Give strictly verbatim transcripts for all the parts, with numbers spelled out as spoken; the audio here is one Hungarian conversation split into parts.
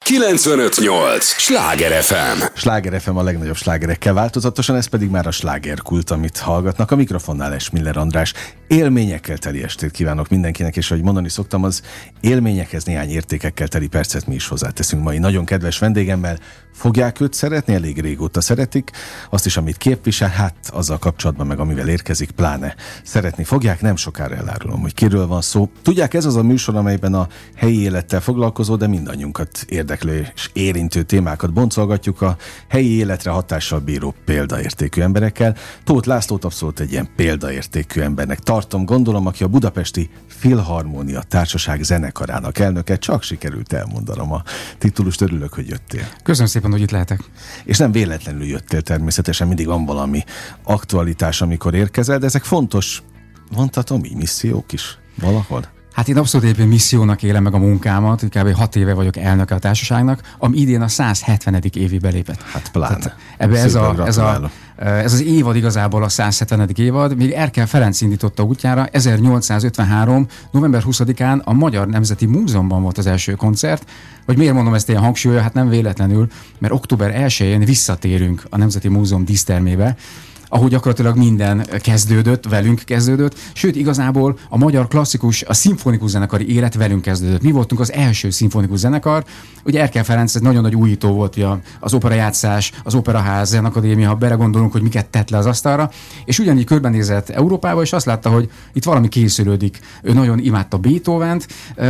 kilencvenöt nyolc Sláger ef em. Sláger ef em a legnagyobb slágerekkel változatosan, ez pedig már a slágerkult, amit hallgatnak. A mikrofonnál Esmiller András. Élményekkel teli estét kívánok mindenkinek, és ahogy mondani szoktam, az élményekhez néhány értékekkel teli percet mi is hozzáteszünk mai nagyon kedves vendégemmel. Fogják őt szeretni? Elég régóta szeretik. Azt is, amit képvisel, hát azzal kapcsolatban meg amivel érkezik, pláne szeretni fogják. Nem sokára elárulom, hogy kiről van szó. Tudják, ez az a műsor, amelyben a helyi élettel foglalkozó, de mindannyiunkat érdeklő és érintő témákat boncolgatjuk a helyi életre hatással bíró példaértékű emberekkel. Tóth Lászlót abszolút egy ilyen példaértékű embernek tartom, gondolom, aki a Budapesti Filharmónia Társaság zenekarának elnöke. Csak sikerült elmondanom a titulust, örülök, hogy jöttél. Köszönöm szépen, hogy itt lehetek. És nem véletlenül jöttél, természetesen mindig van valami aktualitás, amikor érkezel, de ezek fontos, mondhatom így, missziók is valahol? Hát én abszolút éppen missziónak élem meg a munkámat, kb. hat éve vagyok elnöke a társaságnak, ami idén a száz hetvenedik évébe lépett. Hát pláne. Ebbe ez, a, ez, a, ez az évad igazából a száz hetvenedik évad, még Erkel Ferenc indította útjára, ezernyolcszázötvenhárom. november huszadikán a Magyar Nemzeti Múzeumban volt az első koncert. Hogy miért mondom ezt ilyen hangsúlya? Hát nem véletlenül, mert október elsején visszatérünk a Nemzeti Múzeum dísztermébe, ahol gyakorlatilag minden kezdődött, velünk kezdődött, sőt igazából a magyar klasszikus, a szimfonikus zenekari élet velünk kezdődött. Mi voltunk az első szimfonikus zenekar, ugye Erkel Ferenc ez nagyon nagy újító volt, ugye az operajátszás, az Operaház, Zenakadémia, ha belegondolunk, hogy miket tett le az asztalra, és ugyanígy körbenézett Európába, és azt látta, hogy itt valami készülődik. Ő nagyon imádta Beethovent,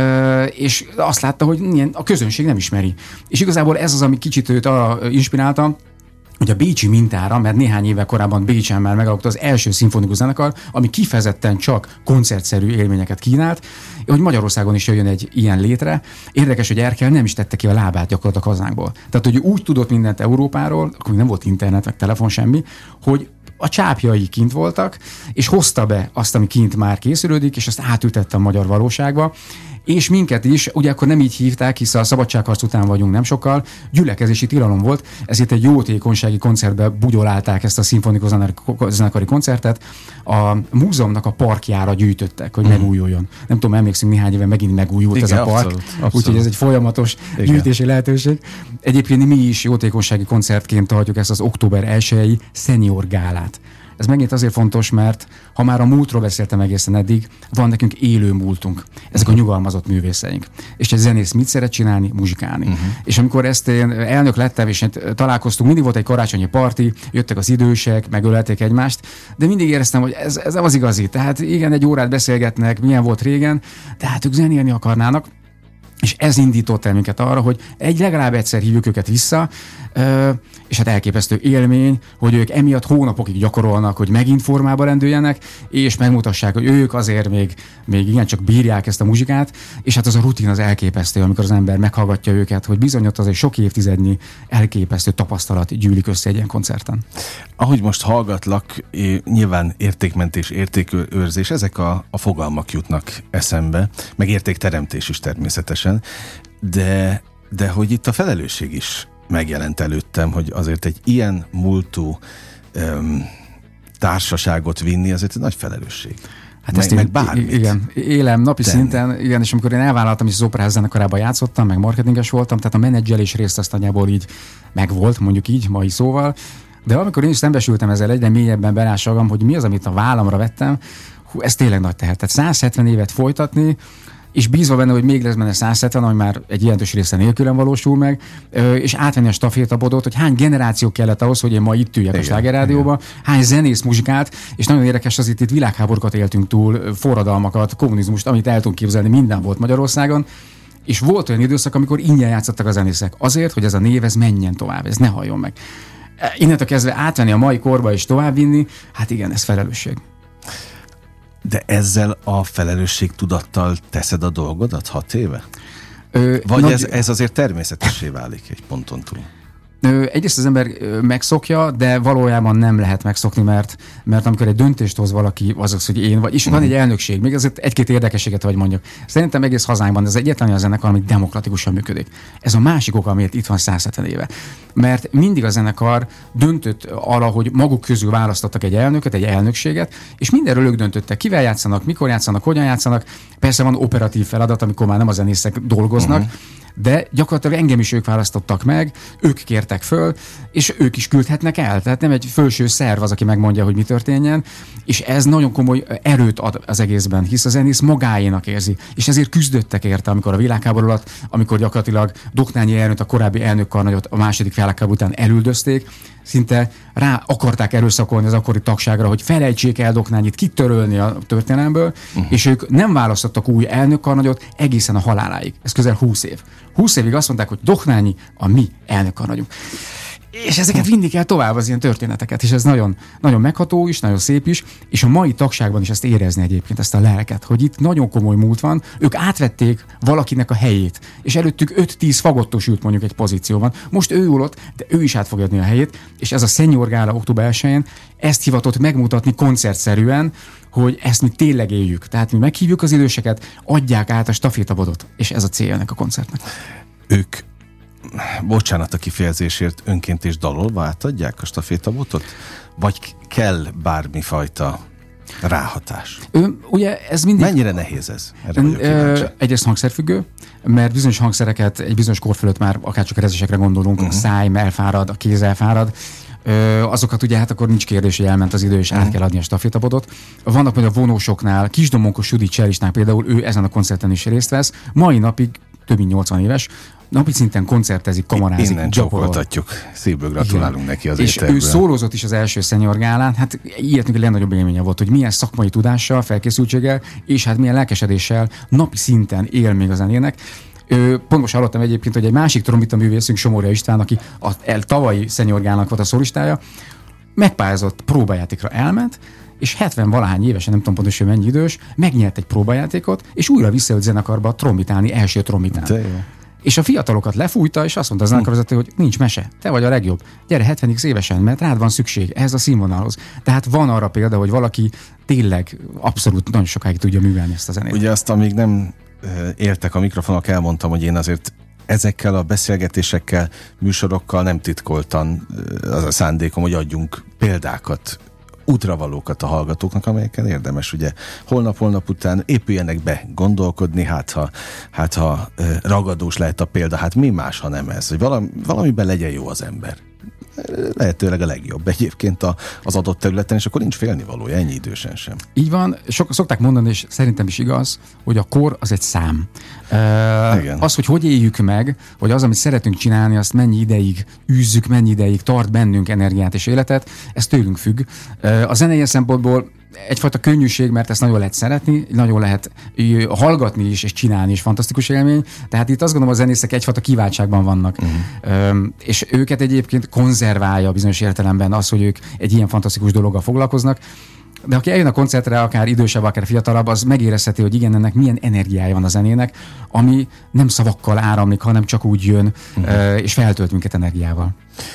és azt látta, hogy a közönség nem ismeri. És igazából ez az, ami kicsit őt arra inspirálta, hogy a bécsi mintára, mert néhány évvel korábban Bécsen már megalakult az első szimfonikus zenekar, ami kifejezetten csak koncertszerű élményeket kínált, hogy Magyarországon is jöjjön egy ilyen létre. Érdekes, hogy Erkel nem is tette ki a lábát gyakorlatilag hazánkból. Tehát, hogy úgy tudott mindent Európáról, akkor nem volt internet, meg telefon, semmi, hogy a csápjai kint voltak, és hozta be azt, ami kint már készülődik, és azt átültette a magyar valóságba. És minket is, ugye akkor nem így hívták, hisz a szabadságharc után vagyunk nem sokkal, gyülekezési tilalom volt, ezért egy jótékonysági koncertbe bugyolálták ezt a szimfonikus zenekari koncertet, a múzeumnak a parkjára gyűjtöttek, hogy mm. megújuljon. Nem tudom, emlékszünk, néhány éve megint megújult. Igen, ez a park, úgyhogy ez egy folyamatos Igen. gyűjtési lehetőség. Egyébként mi is jótékonysági koncertként tartjuk ezt az október elsejei Senior Gálát. Ez megint azért fontos, mert ha már a múltról beszéltem egészen eddig, van nekünk élő múltunk. Ezek uh-huh. a nyugalmazott művészeink. És egy zenész mit szeret csinálni? Muzsikálni. Uh-huh. És amikor ezt én elnök lettem, és találkoztunk, mindig volt egy karácsonyi parti, jöttek az idősek, megölelték egymást, de mindig éreztem, hogy ez, ez nem az igazi. Tehát igen, egy órát beszélgetnek, milyen volt régen, de hát ők zenélni akarnának. És ez indított el minket arra, hogy egy legalább egyszer hívjuk őket vissza, és hát elképesztő élmény, hogy ők emiatt hónapokig gyakorolnak, hogy megint formába rendüljenek, és megmutassák, hogy ők azért még, még igencsak bírják ezt a muzsikát, és hát az a rutin az elképesztő, amikor az ember meghallgatja őket, hogy bizony ott azért sok évtizednyi elképesztő tapasztalat gyűlik össze egy ilyen koncerten. Ahogy most hallgatlak, nyilván értékmentés, értékőrzés, ezek a, a fogalmak jutnak eszembe, meg értékteremtés is természetesen, de, de hogy itt a felelősség is megjelent előttem, hogy azért egy ilyen múltú öm, társaságot vinni, azért egy nagy felelősség. Hát meg, ezt én, meg bármit. Igen, élem napi tenni. szinten, igen, és amikor én elvállaltam, és az Operaház zenekarában játszottam, meg marketinges voltam, tehát a menedzselés részt azt nagyjából így megvolt, mondjuk így, mai szóval, de amikor én is szembesültem ezzel egyre mélyebben belásagam, hogy mi az, amit a vállamra vettem, hú, ez tényleg nagy teher. Tehát száz hetven évet folytatni, és bízva benne, hogy még lesz benne száz hetven, ami már egy jelentős része nélkülön valósul meg, és átvenni a stafétabodot, hogy hány generáció kellett ahhoz, hogy én ma itt üljek a Sláger Rádióba, hány zenész muzsikát, és nagyon érdekes az, itt, itt világháborúkat éltünk túl, forradalmakat, kommunizmust, amit el tudunk képzelni, minden volt Magyarországon, és volt olyan időszak, amikor ingyen játszottak a zenészek, azért, hogy ez a név ez menjen tovább, ez ne halljon meg. Innentől kezdve átvenni a mai korba és továbbvinni, hát igen, ez felelősség. De ezzel a felelősségtudattal teszed a dolgodat hat éve? Ö, Vagy nagy... ez, ez azért természetessé válik egy ponton túl? Egyrészt az ember megszokja, de valójában nem lehet megszokni, mert, mert amikor egy döntést hoz valaki, az az, hogy én vagy, és mm. van egy elnökség, még azért egy-két érdekességet vagy mondjak. Szerintem egész hazánkban ez egyetlen olyan zenekar, ami demokratikusan működik. Ez a másik oka, amiért itt van száz hetven éve. Mert mindig a zenekar döntött arra, hogy maguk közül választottak egy elnököt, egy elnökséget, és mindenről ők döntöttek, kivel játszanak, mikor játszanak, hogyan játszanak. Persze van operatív feladat, amikor már nem a zenészek dolgoznak, uh-huh. de gyakorlatilag engem is ők választottak meg, ők kértek föl, és ők is küldhetnek el. Tehát nem egy felső szerv az, aki megmondja, hogy mi történjen, és ez nagyon komoly erőt ad az egészben, hisz a zenész magáénak érzi, és ezért küzdöttek érte, amikor a világháború alatt, amikor gyakorlatilag Doknányi Ernőt, a korábbi elnökkarnagyot a második világháború után elüldözték, szinte rá akarták erőszakolni az akkori tagságra, hogy felejtsék el Doknányit, kitörölni a történelemből, uh-huh. és ők nem választottak új elnökkarnagyot egészen a haláláig. Ez közel húsz év. húsz évig azt mondták, hogy Doknányi a mi elnökkarnagyunk. És ezeket vinni kell tovább, az ilyen történeteket, és ez nagyon, nagyon megható is, nagyon szép is, és a mai tagságban is ezt érezni egyébként, ezt a lelket, hogy itt nagyon komoly múlt van, ők átvették valakinek a helyét, és előttük öt-tíz fagottos ült mondjuk egy pozícióban. Most ő ül ott, de ő is át fogja adni a helyét, és ez a Senior Gála október elsején ezt hivatott megmutatni koncertszerűen, hogy ezt mi tényleg éljük. Tehát mi meghívjuk az időseket, adják át a stafétabodot, és ez a célja ennek a koncertnek. Ők bocsánat a kifejezésért, önként és dalolva átadják a stafétabotot? Vagy kell bármifajta ráhatás? Ö, ugye ez mindig... Mennyire nehéz ez? Erre vagyok kíváncsi. Egyrészt hangszerfüggő, mert bizonyos hangszereket egy bizonyos kor fölött már akárcsak a rezesekre gondolunk, uh-huh. a száj elfárad, a kéz elfárad, Ö, azokat ugye hát akkor nincs kérdés, hogy elment az idő, és át kell adni a stafétabodot. Vannak például a vonósoknál, Kisdomonkos Judit csellisnál például, ő ezen a koncerten is részt vesz, mai napig több mint nyolcvan éves, napi szinten koncertezik, kamarázik, innen csókoltatjuk. Szívből gratulálunk neki az és ételből. És ő szólózott is az első Senior Gálán, hát ilyetnek a legnagyobb élménye volt, hogy milyen szakmai tudással, felkészültséggel, és hát milyen lelkesedéssel napi szinten él még a zenének. Pont most hallottam egyébként, hogy egy másik trombita művészünk, Somorja István, aki a el, tavalyi Senior Gálának volt a szólistája, megpályázott próbajátékra, elment, és hetven-valahány évesen, nem tudom pontosan mennyi idős, megnyert egy próbajátékot, és újra visszajött zenekarba trombitálni, első trombitán. És a fiatalokat lefújta, és azt mondta az zenekarvezető, hogy nincs mese, te vagy a legjobb. Gyere hetven évesen, mert rád van szükség ehhez a színvonalhoz. Tehát van arra példa, hogy valaki tényleg abszolút nagyon sokáig tudja művelni ezt a zenét. Ugye azt, amíg nem éltek a mikrofonok, elmondtam, hogy én azért ezekkel a beszélgetésekkel, műsorokkal nem titkoltan az a szándékom, hogy adjunk példákat, útravalókat a hallgatóknak, amelyekkel érdemes ugye holnap-holnap után épüljenek be, gondolkodni, hát ha, hát ha ragadós lehet a példa, hát mi más, ha nem ez, hogy valami, valamiben legyen jó az ember. Lehetőleg a legjobb egyébként a, az adott területen, és akkor nincs félnivalója, ennyi idősen sem. Így van, sok, szokták mondani, és szerintem is igaz, hogy a kor az egy szám. Uh, az, hogy hogy éljük meg, hogy az, amit szeretünk csinálni, azt mennyi ideig űzzük, mennyi ideig tart bennünk energiát és életet, ez tőlünk függ. Uh, a zenei szempontból egyfajta könnyűség, mert ezt nagyon lehet szeretni, nagyon lehet hallgatni is, és csinálni is fantasztikus élmény. Tehát itt azt gondolom, a zenészek egyfajta kiváltságban vannak. Uh-huh. Um, és őket egyébként konzerválja bizonyos értelemben az, hogy ők egy ilyen fantasztikus dologgal foglalkoznak. De aki eljön a koncertre, akár idősebb, akár fiatalabb, az megérezheti, hogy igen, ennek milyen energiája van a zenének, ami nem szavakkal áramlik, hanem csak úgy jön, uh-huh. és feltölt minket energiával.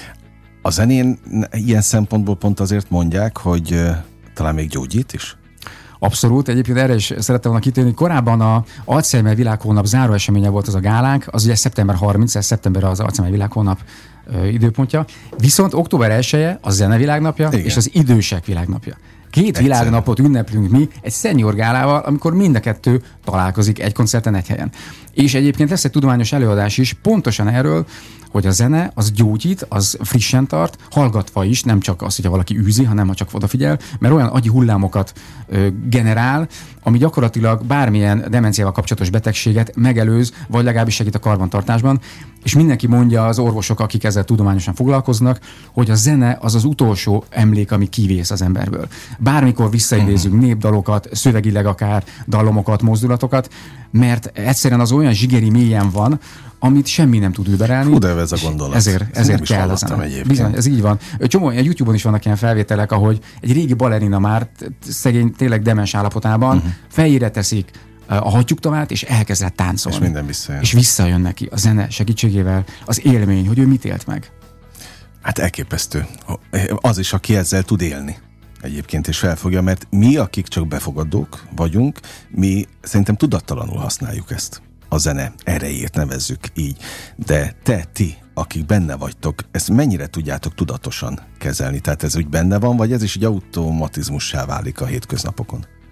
A zenén ilyen szempontból pont azért mondják, hogy talán még gyógyít is? Abszolút, egyébként erre is szerettem volna kitérni. Korábban a Alzheimer világhónap záró eseménye volt az a gálánk, az ugye szeptember harmincadika, szeptember az Alzheimer világhónap ö, időpontja. Viszont október elseje a zene világnapja, igen, és az idősek világnapja. Két Egyszer. világnapot ünneplünk mi egy Senior Gálával, amikor mind a kettő találkozik egy koncerten, egy helyen. És egyébként lesz egy tudományos előadás is pontosan erről, hogy a zene az gyógyít, az frissen tart, hallgatva is, nem csak az, hogyha valaki űzi, hanem ha csak odafigyel, mert olyan agyi hullámokat ö, generál, ami gyakorlatilag bármilyen demenciával kapcsolatos betegséget megelőz, vagy legalábbis segít a karbantartásban. És mindenki mondja, az orvosok, akik ezzel tudományosan foglalkoznak, hogy a zene az az utolsó emlék, ami kivész az emberből. Bármikor visszaidézünk uh-huh. népdalokat, szövegileg akár dallomokat, mozdulatokat, mert egyszerűen az olyan zsigeri mélyen van, amit semmi nem tud überelni. Hú, de ez a gondolat. Ezért, ezért kell a zene. Bizony, ez így van. Csomó, a YouTube-on is vannak ilyen felvételek, ahogy egy régi balerina már szegény, tényleg demens állapotában uh-huh. fejére teszik a hattyúktavát, és elkezd rá táncolni. És minden visszajön. És visszajön neki a zene segítségével az élmény, hogy ő mit élt meg. Hát elképesztő. Az is, aki ezzel tud élni egyébként, és felfogja, mert mi, akik csak befogadók vagyunk, mi szerintem tudattalanul használjuk ezt. A zene erejét nevezzük így. De te, ti, akik benne vagytok, ezt mennyire tudjátok tudatosan kezelni? Tehát ez úgy benne van, vagy ez is egy automatizmussá válik a hétköznapokon?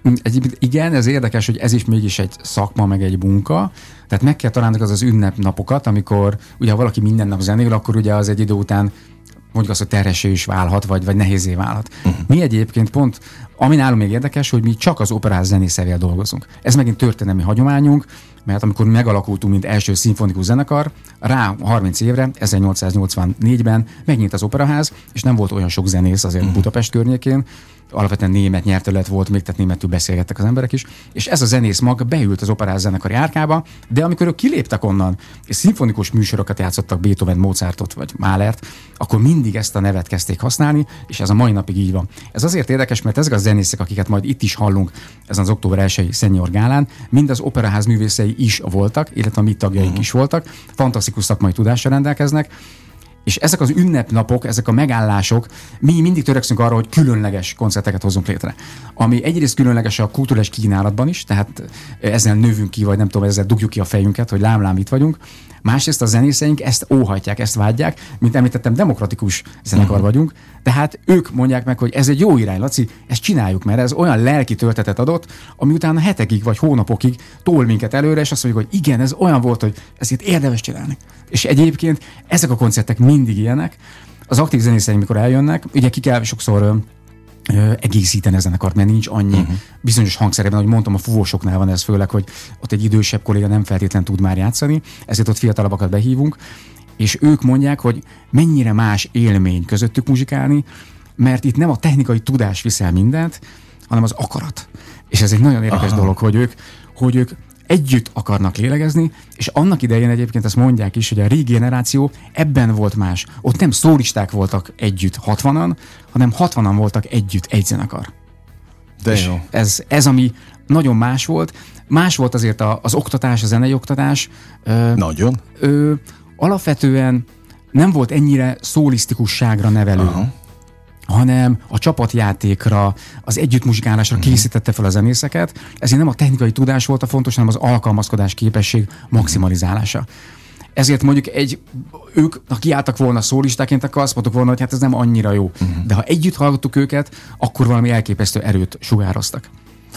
Egyébként igen, ez érdekes, hogy ez is mégis egy szakma, meg egy munka. Tehát meg kell találnunk az az ünnepnapokat, amikor ugye ha valaki minden nap zenél, akkor ugye az egy idő után mondjuk azt, hogy terhessé is válhat, vagy, vagy nehézé válhat. Uh-huh. Mi egyébként pont, ami nálunk még érdekes, hogy mi csak az operás zenészerrel dolgozunk. Ez megint történelmi hagyományunk, mert amikor megalakultunk, mint első szimfonikus zenekar, rá harminc évre, ezernyolcszáznyolcvannégyben megnyílt az operaház, és nem volt olyan sok zenész azért uh-huh. Budapest környékén, alapvetően német nyelvterület volt még, tehát németül beszélgettek az emberek is, és ez a zenész mag beült az operás zenekari árkába, de amikor ők kiléptek onnan, és szimfonikus műsorokat játszottak, Beethoven, Mozartot vagy Mahlert, akkor mindig ezt a nevet kezdték használni, és ez a mai napig így van. Ez azért érdekes, mert ezek a zenészek, akiket majd itt is hallunk, ezen az október elsői Senior Gálán, mind az operaház művészei is voltak, illetve a mi tagjaink uh-huh. is voltak, fantasztikus szakmai tudással rendelkeznek. És ezek az ünnepnapok, ezek a megállások, mi mindig törekszünk arra, hogy különleges koncerteket hozzunk létre. Ami egyrészt különleges a kulturális kínálatban is, tehát ezzel növünk ki, vagy nem tudom, ezzel dugjuk ki a fejünket, hogy lám-lám itt vagyunk. Másrészt a zenészeink ezt óhajtják, ezt vágyják, mint említettem, demokratikus zenekar uh-huh. vagyunk, tehát ők mondják meg, hogy ez egy jó irány, Laci, ezt csináljuk, mert ez olyan lelki töltetet adott, ami utána hetekig vagy hónapokig tol minket előre, és azt mondjuk, hogy igen, ez olyan volt, hogy ezt itt érdemes csinálni. És egyébként ezek a koncertek mindig ilyenek. Az aktív zenészeink, mikor eljönnek, ugye ki kell sokszor Ö, egészíteni a zenekart, mert nincs annyi uh-huh. bizonyos hangszerében, ahogy mondtam, a fúvósoknál van ez főleg, hogy ott egy idősebb kolléga nem feltétlen tud már játszani, ezért ott fiatalabbakat behívunk, és ők mondják, hogy mennyire más élmény közöttük muzsikálni, mert itt nem a technikai tudás viszel mindent, hanem az akarat. És ez egy nagyon érdekes Aha. dolog, hogy ők, hogy ők együtt akarnak lélegezni, és annak idején egyébként ezt mondják is, hogy a régi generáció ebben volt más. Ott nem szólisták voltak együtt hatvanan, hanem hatvanan voltak együtt egy zenekar. De jó. Ez, ez, ami nagyon más volt. Más volt azért a, az oktatás, a zenei oktatás. Nagyon. Ö, alapvetően nem volt ennyire szólisztikusságra nevelő. Aha. hanem a csapatjátékra, az együttmuzsikálásra uh-huh. készítette fel a zenészeket. Ezért nem a technikai tudás volt a fontos, hanem az alkalmazkodás képesség maximalizálása. Ezért mondjuk egy, ők, ha kiálltak volna szólistáként, akkor azt mondtuk volna, hogy hát ez nem annyira jó. Uh-huh. De ha együtt hallgattuk őket, akkor valami elképesztő erőt sugároztak.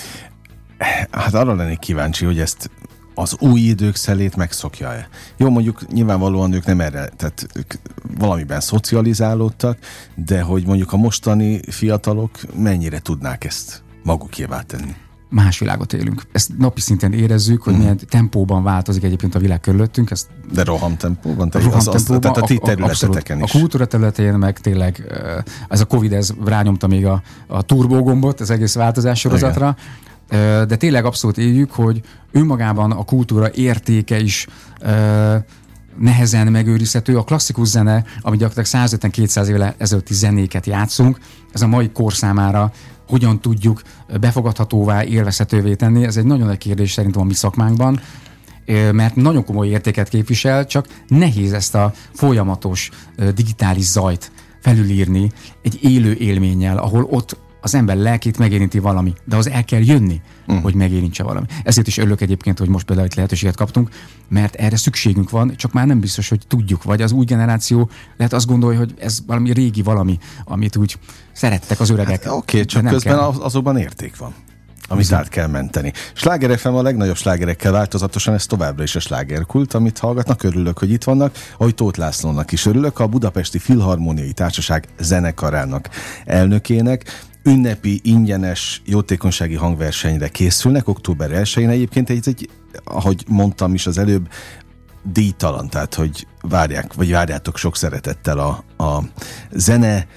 Hát arra lennék kíváncsi, hogy ezt az új idők szelét megszokja-e. Jó, mondjuk nyilvánvalóan ők nem erre, tehát ők valamiben szocializálódtak, de hogy mondjuk a mostani fiatalok mennyire tudnák ezt magukévá tenni? Más világot élünk. Ezt napi szinten érezzük, hogy mm. milyen tempóban változik egyébként a világ körülöttünk. Ezt de rohamtempóban? Te roham az, tehát a ti területeteken is. A kultúra területén meg tényleg ez a Covid, ez rányomta még a, a turbógombot az egész változás sorozatra. Igen. De tényleg abszolút éljük, hogy önmagában a kultúra értéke is uh, nehezen megőrizhető. A klasszikus zene, ami gyakorlatilag száz ötven-kétszáz évvel ezelőtti zenéket játszunk, ez a mai kor számára hogyan tudjuk befogadhatóvá, élvezhetővé tenni. Ez egy nagyon nagy kérdés szerintem a mi szakmánkban, mert nagyon komoly értéket képvisel, csak nehéz ezt a folyamatos digitális zajt felülírni egy élő élménnyel, ahol ott az ember lelkét megérinti valami, de az el kell jönni, uh. hogy megérintse valami. Ezért is örülök egyébként, hogy most például itt lehetőséget kaptunk, mert erre szükségünk van, csak már nem biztos, hogy tudjuk, vagy az új generáció lehet azt gondolja, hogy ez valami régi valami, amit úgy szerettek az öregek. Hát, Oké, okay, csak közben kell. azokban érték van, amit Bizony. át kell menteni. Sláger ef em a legnagyobb slágerekkel változatosan, ez továbbra is a slágerkult, amit hallgatnak, örülök, hogy itt vannak, ahogy Tóth Lászlónak is örülök, a Budapesti Filharmóniai Társaság zenekarának elnökének. Ünnepi, ingyenes, jótékonysági hangversenyre készülnek október elsején. Egyébként egy, egy, ahogy mondtam is az előbb, díjtalan, tehát hogy várják, vagy várjátok sok szeretettel a, a zene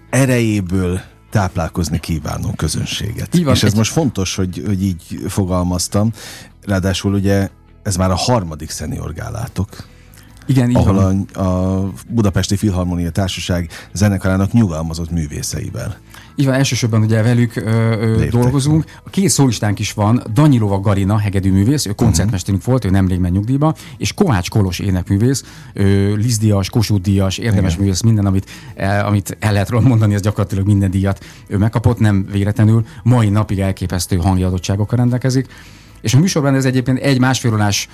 erejéből táplálkozni kívánó közönséget. És ez egy... most fontos, hogy, hogy így fogalmaztam. Ráadásul ugye ez már a harmadik Senior Gálátok. Igen, ahol a, a Budapesti Filharmónia Társaság zenekarának nyugalmazott művészeivel. Így van, elsősorban ugye velük ö, ö, dolgozunk. A két szólistánk is van, Danyilova Garina, hegedűművész, ő koncertmesterünk uh-huh. volt, ő nemrég ment nyugdíjba, és Kovács Kolos énekművész, ő Liszt-díjas, Kossuth-díjas, érdemes Igen. művész, minden, amit, eh, amit el lehet róla mondani, az gyakorlatilag minden díjat ő megkapott, nem véletlenül, mai napig elképesztő hangja adottságokkal rendelkezik. És a műsorban ez egyébként egy másfél órás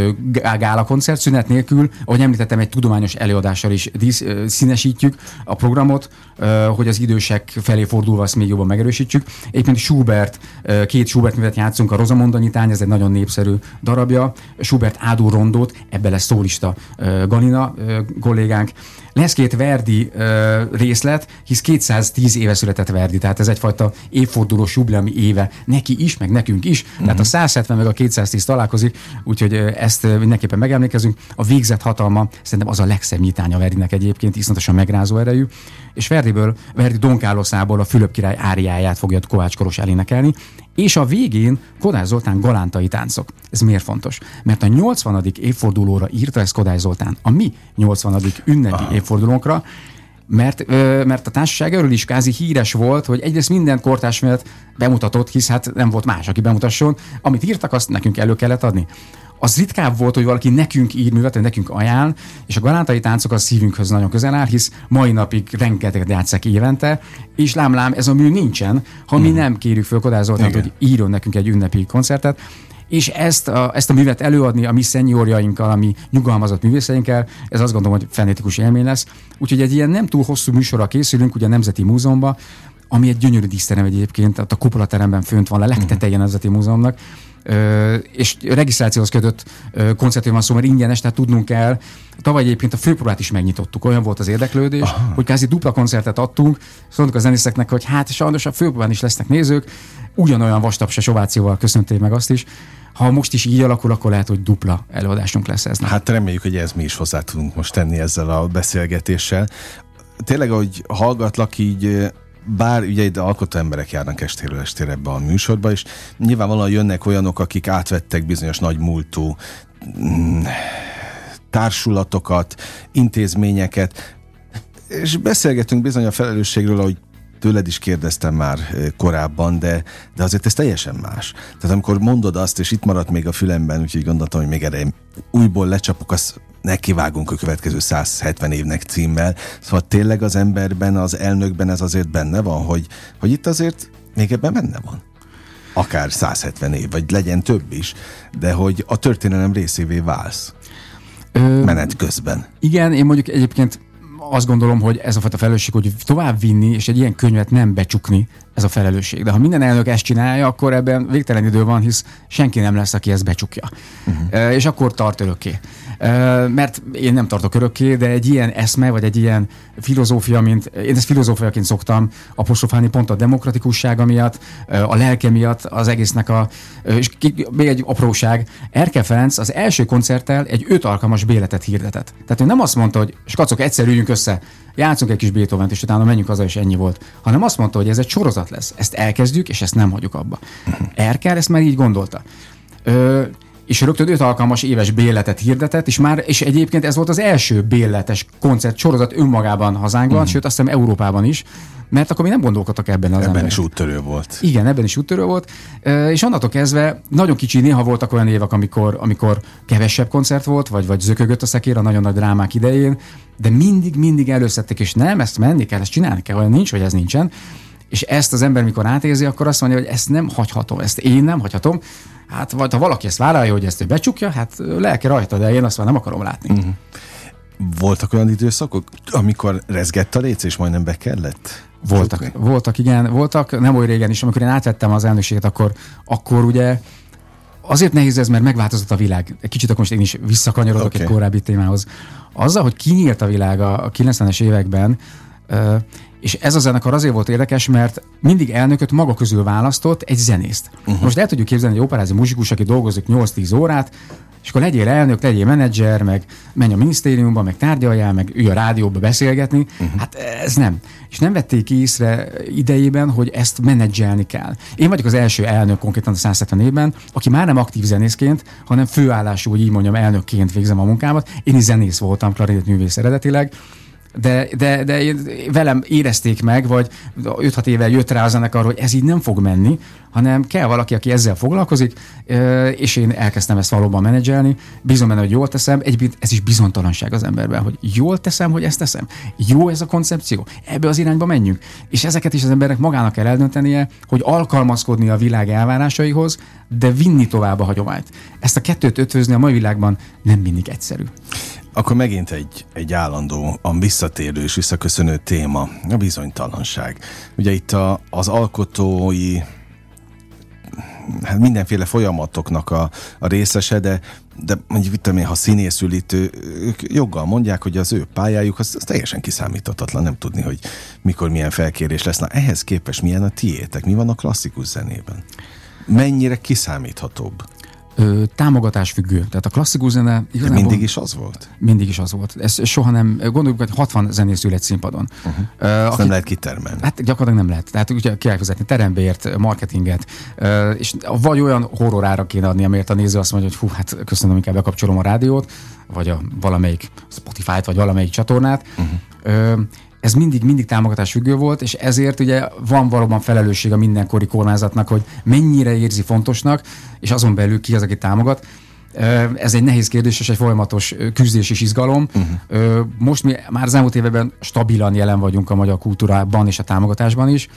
gála koncert, szünet nélkül, ahogy említettem, egy tudományos előadással is dísz, ö, színesítjük a programot, ö, hogy az idősek felé fordulva azt még jobban megerősítsük. Egyébként Schubert, ö, két Schubert művet játszunk, a Rosamonda nyitány, ez egy nagyon népszerű darabja, Schubert Ádó rondót, ebbe lesz szólista ö, Galina ö, kollégánk. Lesz két Verdi ö, részlet, hisz kétszáztíz éve született Verdi, tehát ez egyfajta évfordulós jubileumi éve neki is, meg nekünk is, uh-huh. tehát a száz hetven meg a kétszáztíz találkozik, úgyhogy ezt mindenképpen megemlékezünk. A Végzett hatalma szerintem az a legszebb nyitánya Verdinek egyébként, iszonyatosan megrázó erejű, és Verdiből, Verdi Don Carlosából a Fülöp király áriáját fogja Kovács Koros elénekelni, és a végén Kodály Zoltán galántai táncok. Ez miért fontos? Mert a nyolcvanadik évfordulóra írta ezt Kodály Zoltán, a mi nyolcvanadik ünnepi ah. évfordulónkra, mert, ö, mert a társaság erről is kázi híres volt, hogy egyrészt minden kortárs miatt bemutatott, hisz hát nem volt más, aki bemutasson, amit írtak, azt nekünk elő kellett adni. Az ritkább volt, hogy valaki nekünk ír művet, vagy nekünk ajánl, és a galántai táncok a szívünkhöz nagyon közel áll, hisz mai napig rengeteget játsszák évente, és lám-lám, ez a mű nincsen, ha mi mm. nem kérjük föl Kodály Zoltánt, hogy írjon nekünk egy ünnepi koncertet, és ezt a, ezt a művet előadni a mi szenyorjainkkal, a mi nyugalmazott művészeinkkel, ez azt gondolom, hogy frenetikus élmény lesz. Úgyhogy egy ilyen nem túl hosszú műsorra készülünk, ugye a Nemzeti Múzeumban, ami egy gyönyörű díszterem egyébként, ott a kupolateremben fönt van, a legtetején a Nemzeti Múzeumnak, Ö, és regisztrációhoz kötött ö, koncertről van szó, mert ingyenes, tehát tudnunk kell. Tavaly egyébként a főpróbát is megnyitottuk, olyan volt az érdeklődés, aha. hogy kázi dupla koncertet adtunk, szóltunk a zenészeknek, hogy hát sajnos a főpróbán is lesznek nézők, ugyanolyan vastapses ovációval köszönték meg azt is. Ha most is így alakul, akkor lehet, hogy dupla előadásunk lesz ez. Hát reméljük, hogy ez mi is hozzá tudunk most tenni ezzel a beszélgetéssel. Tényleg, ahogy hallgatlak, így bár ugye ide alkotó emberek járnak estéről estére ebbe a műsorba, és nyilvánvalóan jönnek olyanok, akik átvettek bizonyos nagy múltú mm, társulatokat, intézményeket, és beszélgetünk bizony a felelősségről, ahogy tőled is kérdeztem már korábban, de, de azért ez teljesen más. Tehát amikor mondod azt, és itt maradt még a fülemben, úgyhogy gondoltam, hogy még erre újból lecsapok, azt nekivágunk a következő száz hetven évnek címmel. Szóval tényleg az emberben, az elnökben ez azért benne van, hogy, hogy itt azért még ebben benne van. Akár száz hetven év, vagy legyen több is, de hogy a történelem részévé válsz. Ö, menet közben. Igen, én mondjuk egyébként azt gondolom, hogy ez a fajta felelősség, hogy tovább vinni, és egy ilyen könyvet nem becsukni, ez a felelősség. De ha minden elnök ezt csinálja, akkor ebben végtelen idő van, hisz senki nem lesz, aki ezt becsukja. Uh-huh. E, és akkor tart örökké. E, mert én nem tartok örökké, de egy ilyen eszme, vagy egy ilyen filozófia, mint én ezt filozófiaként szoktam apostrofálni pont a demokratikussága miatt, a lelke miatt, az egésznek a... És még egy apróság, Erkel Ferenc az első koncerttel egy öt alkalmas béletet hirdetett. Tehát ő nem azt mondta, hogy skacok, egyszer üljünk össze, játszunk egy kis Beethovent, és utána menjünk haza, és ennyi volt. Hanem azt mondta, hogy ez egy sorozat lesz. Ezt elkezdjük, és ezt nem hagyjuk abba. Erkel ezt már így gondolta. Ö, és rögtön öt alkalmas éves béletet hirdetett, és már, és egyébként ez volt az első béletes koncert sorozat önmagában hazánkban, uh-huh. sőt azt hiszem Európában is, mert akkor mi nem gondolkodtak ebben az Ebben emberek. is úttörő volt. Igen, ebben is úttörő volt, és onnantól kezdve nagyon kicsi, néha voltak olyan évek, amikor, amikor kevesebb koncert volt, vagy, vagy zökögött a szekér a nagyon nagy drámák idején, de mindig, mindig előszedtek, és nem, ezt menni kell, ezt csinálni kell, olyan nincs, hogy ez nincsen. És ezt az ember, mikor átérzi, akkor azt mondja, hogy ezt nem hagyhatom, ezt én nem hagyhatom. Hát vagy ha valaki ezt vállalja, hogy ezt ő becsukja, hát lelke rajta, de én azt már nem akarom látni. Uh-huh. Voltak olyan időszakok, amikor rezgett a léc, és majdnem be kellett? Voltak, csukni? voltak, igen, voltak, nem olyan régen is, amikor én átvettem az elnökséget, akkor, akkor ugye azért nehéz ez, mert megváltozott a világ. Egy kicsit akkor most én is visszakanyarodok okay. egy korábbi témához. Azzal, hogy kinyílt a világ a kilencvenes években, és ez a zenekar azért volt érdekes, mert mindig elnököt maga közül választott egy zenészt. Uh-huh. Most el tudjuk képzelni egy operázi muzsikus, aki dolgozik nyolc-tíz órát, és akkor legyél elnök, legyél menedzser, meg menj a minisztériumba, meg tárgyaljál, meg ülj a rádióba beszélgetni. Uh-huh. Hát ez nem. És nem vették észre idejében, hogy ezt menedzselni kell. Én vagyok az első elnök konkrétan a száz hetven évben, aki már nem aktív zenészként, hanem főállású, hogy így mondjam, elnökként végzem a munkámat. Én is zenész voltam, klarinét művész eredetileg. de, de, de velem érezték meg, vagy öt-hat éve jött rá a zenekar, hogy ez így nem fog menni, hanem kell valaki, aki ezzel foglalkozik, és én elkezdtem ezt valóban menedzselni. Bízom benne, hogy jól teszem. Egyébként ez is bizonytalanság az emberben, hogy jól teszem, hogy ezt teszem. Jó ez a koncepció, ebbe az irányba menjünk. És ezeket is az embernek magának kell eldöntenie, hogy alkalmazkodni a világ elvárásaihoz, de vinni tovább a hagyományt. Ezt a kettőt ötvözni a mai világban nem mindig egyszerű. Akkor megint egy, egy állandóan visszatérő és visszaköszönő téma, a bizonytalanság. Ugye itt a, az alkotói hát mindenféle folyamatoknak a, a részese, de, de mondjuk itt, ha színészül itt, ők joggal mondják, hogy az ő pályájuk az, az teljesen kiszámíthatatlan, nem tudni, hogy mikor milyen felkérés lesz. Na, ehhez képest milyen a tiétek? Mi van a klasszikus zenében? Mennyire kiszámíthatóbb? Ö, támogatás függő. Tehát a klasszikus zene igazából... mindig is az volt? Mindig is az volt. Ez soha nem... Gondoljuk, hogy hatvan zenész ül egy színpadon. Uh-huh. Uh, Ezt aki, nem lehet kitermelni. Hát gyakorlatilag nem lehet. Tehát ugye kell fizetni terembért, marketinget, uh, és vagy olyan horrorára kéne adni, amért a néző azt mondja, hogy hú, hát köszönöm, inkább bekapcsolom a rádiót, vagy a valamelyik Spotify-t, vagy valamelyik csatornát. Uh-huh. Uh, Ez mindig, mindig támogatás függő volt, és ezért ugye van valóban felelősség a mindenkori kormányzatnak, hogy mennyire érzi fontosnak, és azon belül ki az, aki támogat. Ez egy nehéz kérdés, és egy folyamatos küzdés és izgalom. Uh-huh. Most mi már az elmúlt években stabilan jelen vagyunk a magyar kultúrában és a támogatásban is,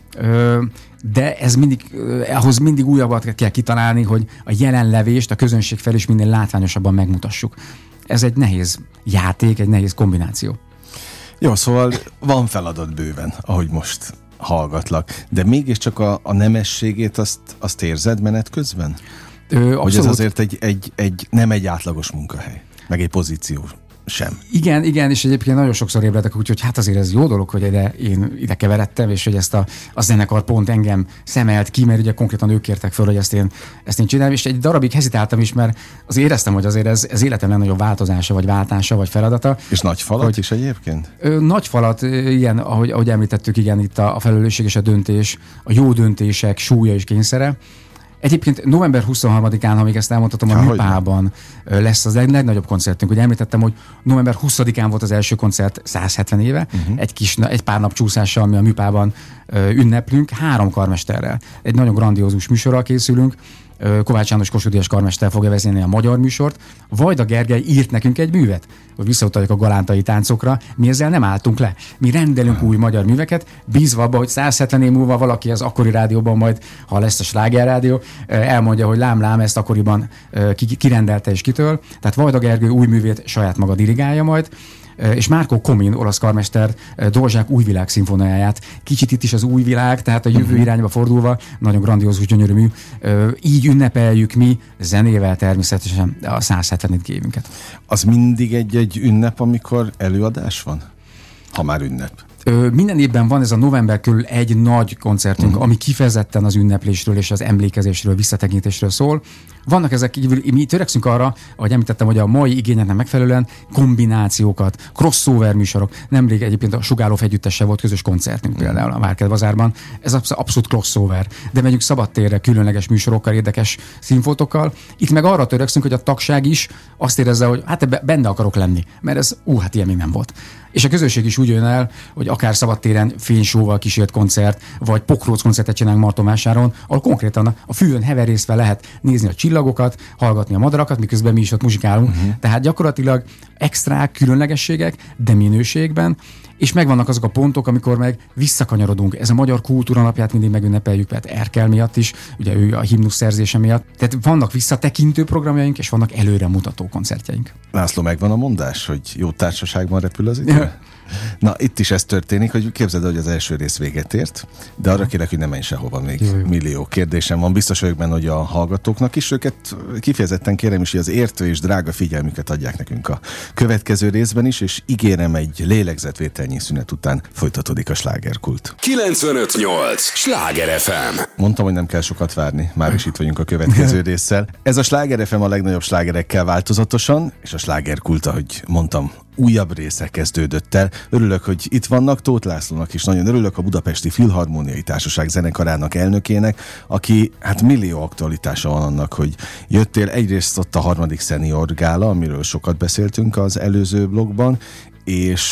de ez mindig, ahhoz mindig újabbat kell kitalálni, hogy a jelenlevést a közönség felé is minél látványosabban megmutassuk. Ez egy nehéz játék, egy nehéz kombináció. Jó, szóval van feladat bőven, ahogy most hallgatlak, de mégiscsak a, a nemességét azt, azt érzed menet közben? Ö, hogy ez azért egy, egy, egy, nem egy átlagos munkahely, meg egy pozíció sem. Igen, igen, és egyébként nagyon sokszor ébredek, úgyhogy hát azért ez jó dolog, hogy ide, én ide keveredtem, és hogy ezt a, a zenekar pont engem szemelt ki, mert ugye konkrétan ők kértek föl, hogy ezt én, ezt én csinálom, és egy darabig hezitáltam is, mert azért éreztem, hogy azért ez, ez életem legnagyobb változása, vagy váltása, vagy feladata. És nagy falat hogy, is egyébként? Ö, nagy falat, igen, ahogy, ahogy említettük, igen, itt a, a felelősség és a döntés, a jó döntések súlya és kényszere. Egyébként november huszonharmadikán, ha még ezt elmondhatom, a Műpában lesz az legnagyobb koncertünk. Ugye említettem, hogy november huszadikán volt az első koncert száz hetven éve, uh-huh. egy, kis, egy pár nap csúszással, mi a Műpában ünneplünk, három karmesterrel. Egy nagyon grandiózus műsorral készülünk, Kovács János Kossuth Díjas karmester fogja vezényelni a magyar műsort. Vajda Gergely írt nekünk egy művet, hogy visszautaljuk a galántai táncokra. Mi ezzel nem álltunk le. Mi rendelünk új magyar műveket, bízva abba, hogy száz hetven év múlva valaki az akkori rádióban majd, ha lesz a Sláger Rádió, elmondja, hogy lám-lám, ezt akkoriban kirendelte és kitől. Tehát Vajda Gergely új művét saját maga dirigálja majd, és Márko Komin, olasz karmester, Dvořák új világ szimfóniáját. Kicsit itt is az új világ, tehát a jövő uh-huh. irányba fordulva, nagyon grandiózus, gyönyörű mű. Így ünnepeljük mi, zenével természetesen a száz hetvenedik évünket. Az mindig egy-egy ünnep, amikor előadás van? Ha már ünnep. Ö, minden évben van ez a november körül egy nagy koncertünk, uh-huh. ami kifejezetten az ünneplésről és az emlékezésről, visszatekintésről szól. Vannak ezek kívül, mi törekszünk arra, ahogy említettem, hogy a mai igényeknek megfelelően kombinációkat, crossover műsorok. Nemrég egyébként a Sugárlóf együttessel volt közös koncertünk uh-huh. például a Várkert Bazárban. Ez abszolút crossover. De megyünk szabadtérre különleges műsorokkal, érdekes színfoltokkal. Itt meg arra törekszünk, hogy a tagság is azt érezze, hogy hát benne akarok lenni, mert ez, ú, hát ilyen még nem volt. És a közösség is úgy jön el, hogy akár szabadtéren fénysóval kísért koncert, vagy pokróc koncertet csinálunk Martonvásáron, ahol konkrétan a fűvön heverészve lehet nézni a csillagokat, hallgatni a madarakat, miközben mi is ott muzsikálunk. Uh-huh. Tehát gyakorlatilag extrák, különlegességek, de minőségben, és megvannak azok a pontok, amikor meg visszakanyarodunk. Ez a magyar kultúra napját mindig megünnepeljük, mert Erkel miatt is, ugye ő a himnusz szerzése miatt. Tehát vannak visszatekintő programjaink, és vannak előremutató koncertjeink. László, megvan a mondás, hogy jó társaságban repül az idő? Na, itt is ez történik, hogy képzeld, hogy az első rész véget ért, de arra kérlek, hogy ne menj sehova, még jó, jó. millió kérdésem van. Biztos vagyok benne, hogy a hallgatóknak is, őket kifejezetten kérem is, hogy az értő és drága figyelmüket adják nekünk a következő részben is, és ígérem, egy lélegzetvételnyi szünet után folytatódik a slágerkult. kilencvenöt nyolc Sláger ef em. Mondtam, hogy nem kell sokat várni, már is itt vagyunk a következő résszel. Ez a Sláger ef em a legnagyobb slágerekkel változatosan, és a slágerkult, ahogy mondtam, újabb része kezdődött el. Örülök, hogy itt vannak, Tóth Lászlónak is nagyon örülök, a Budapesti Filharmóniai Társaság zenekarának elnökének, aki hát millió aktualitása van annak, hogy jöttél. Egyrészt ott a harmadik Senior Gála, amiről sokat beszéltünk az előző blogban, és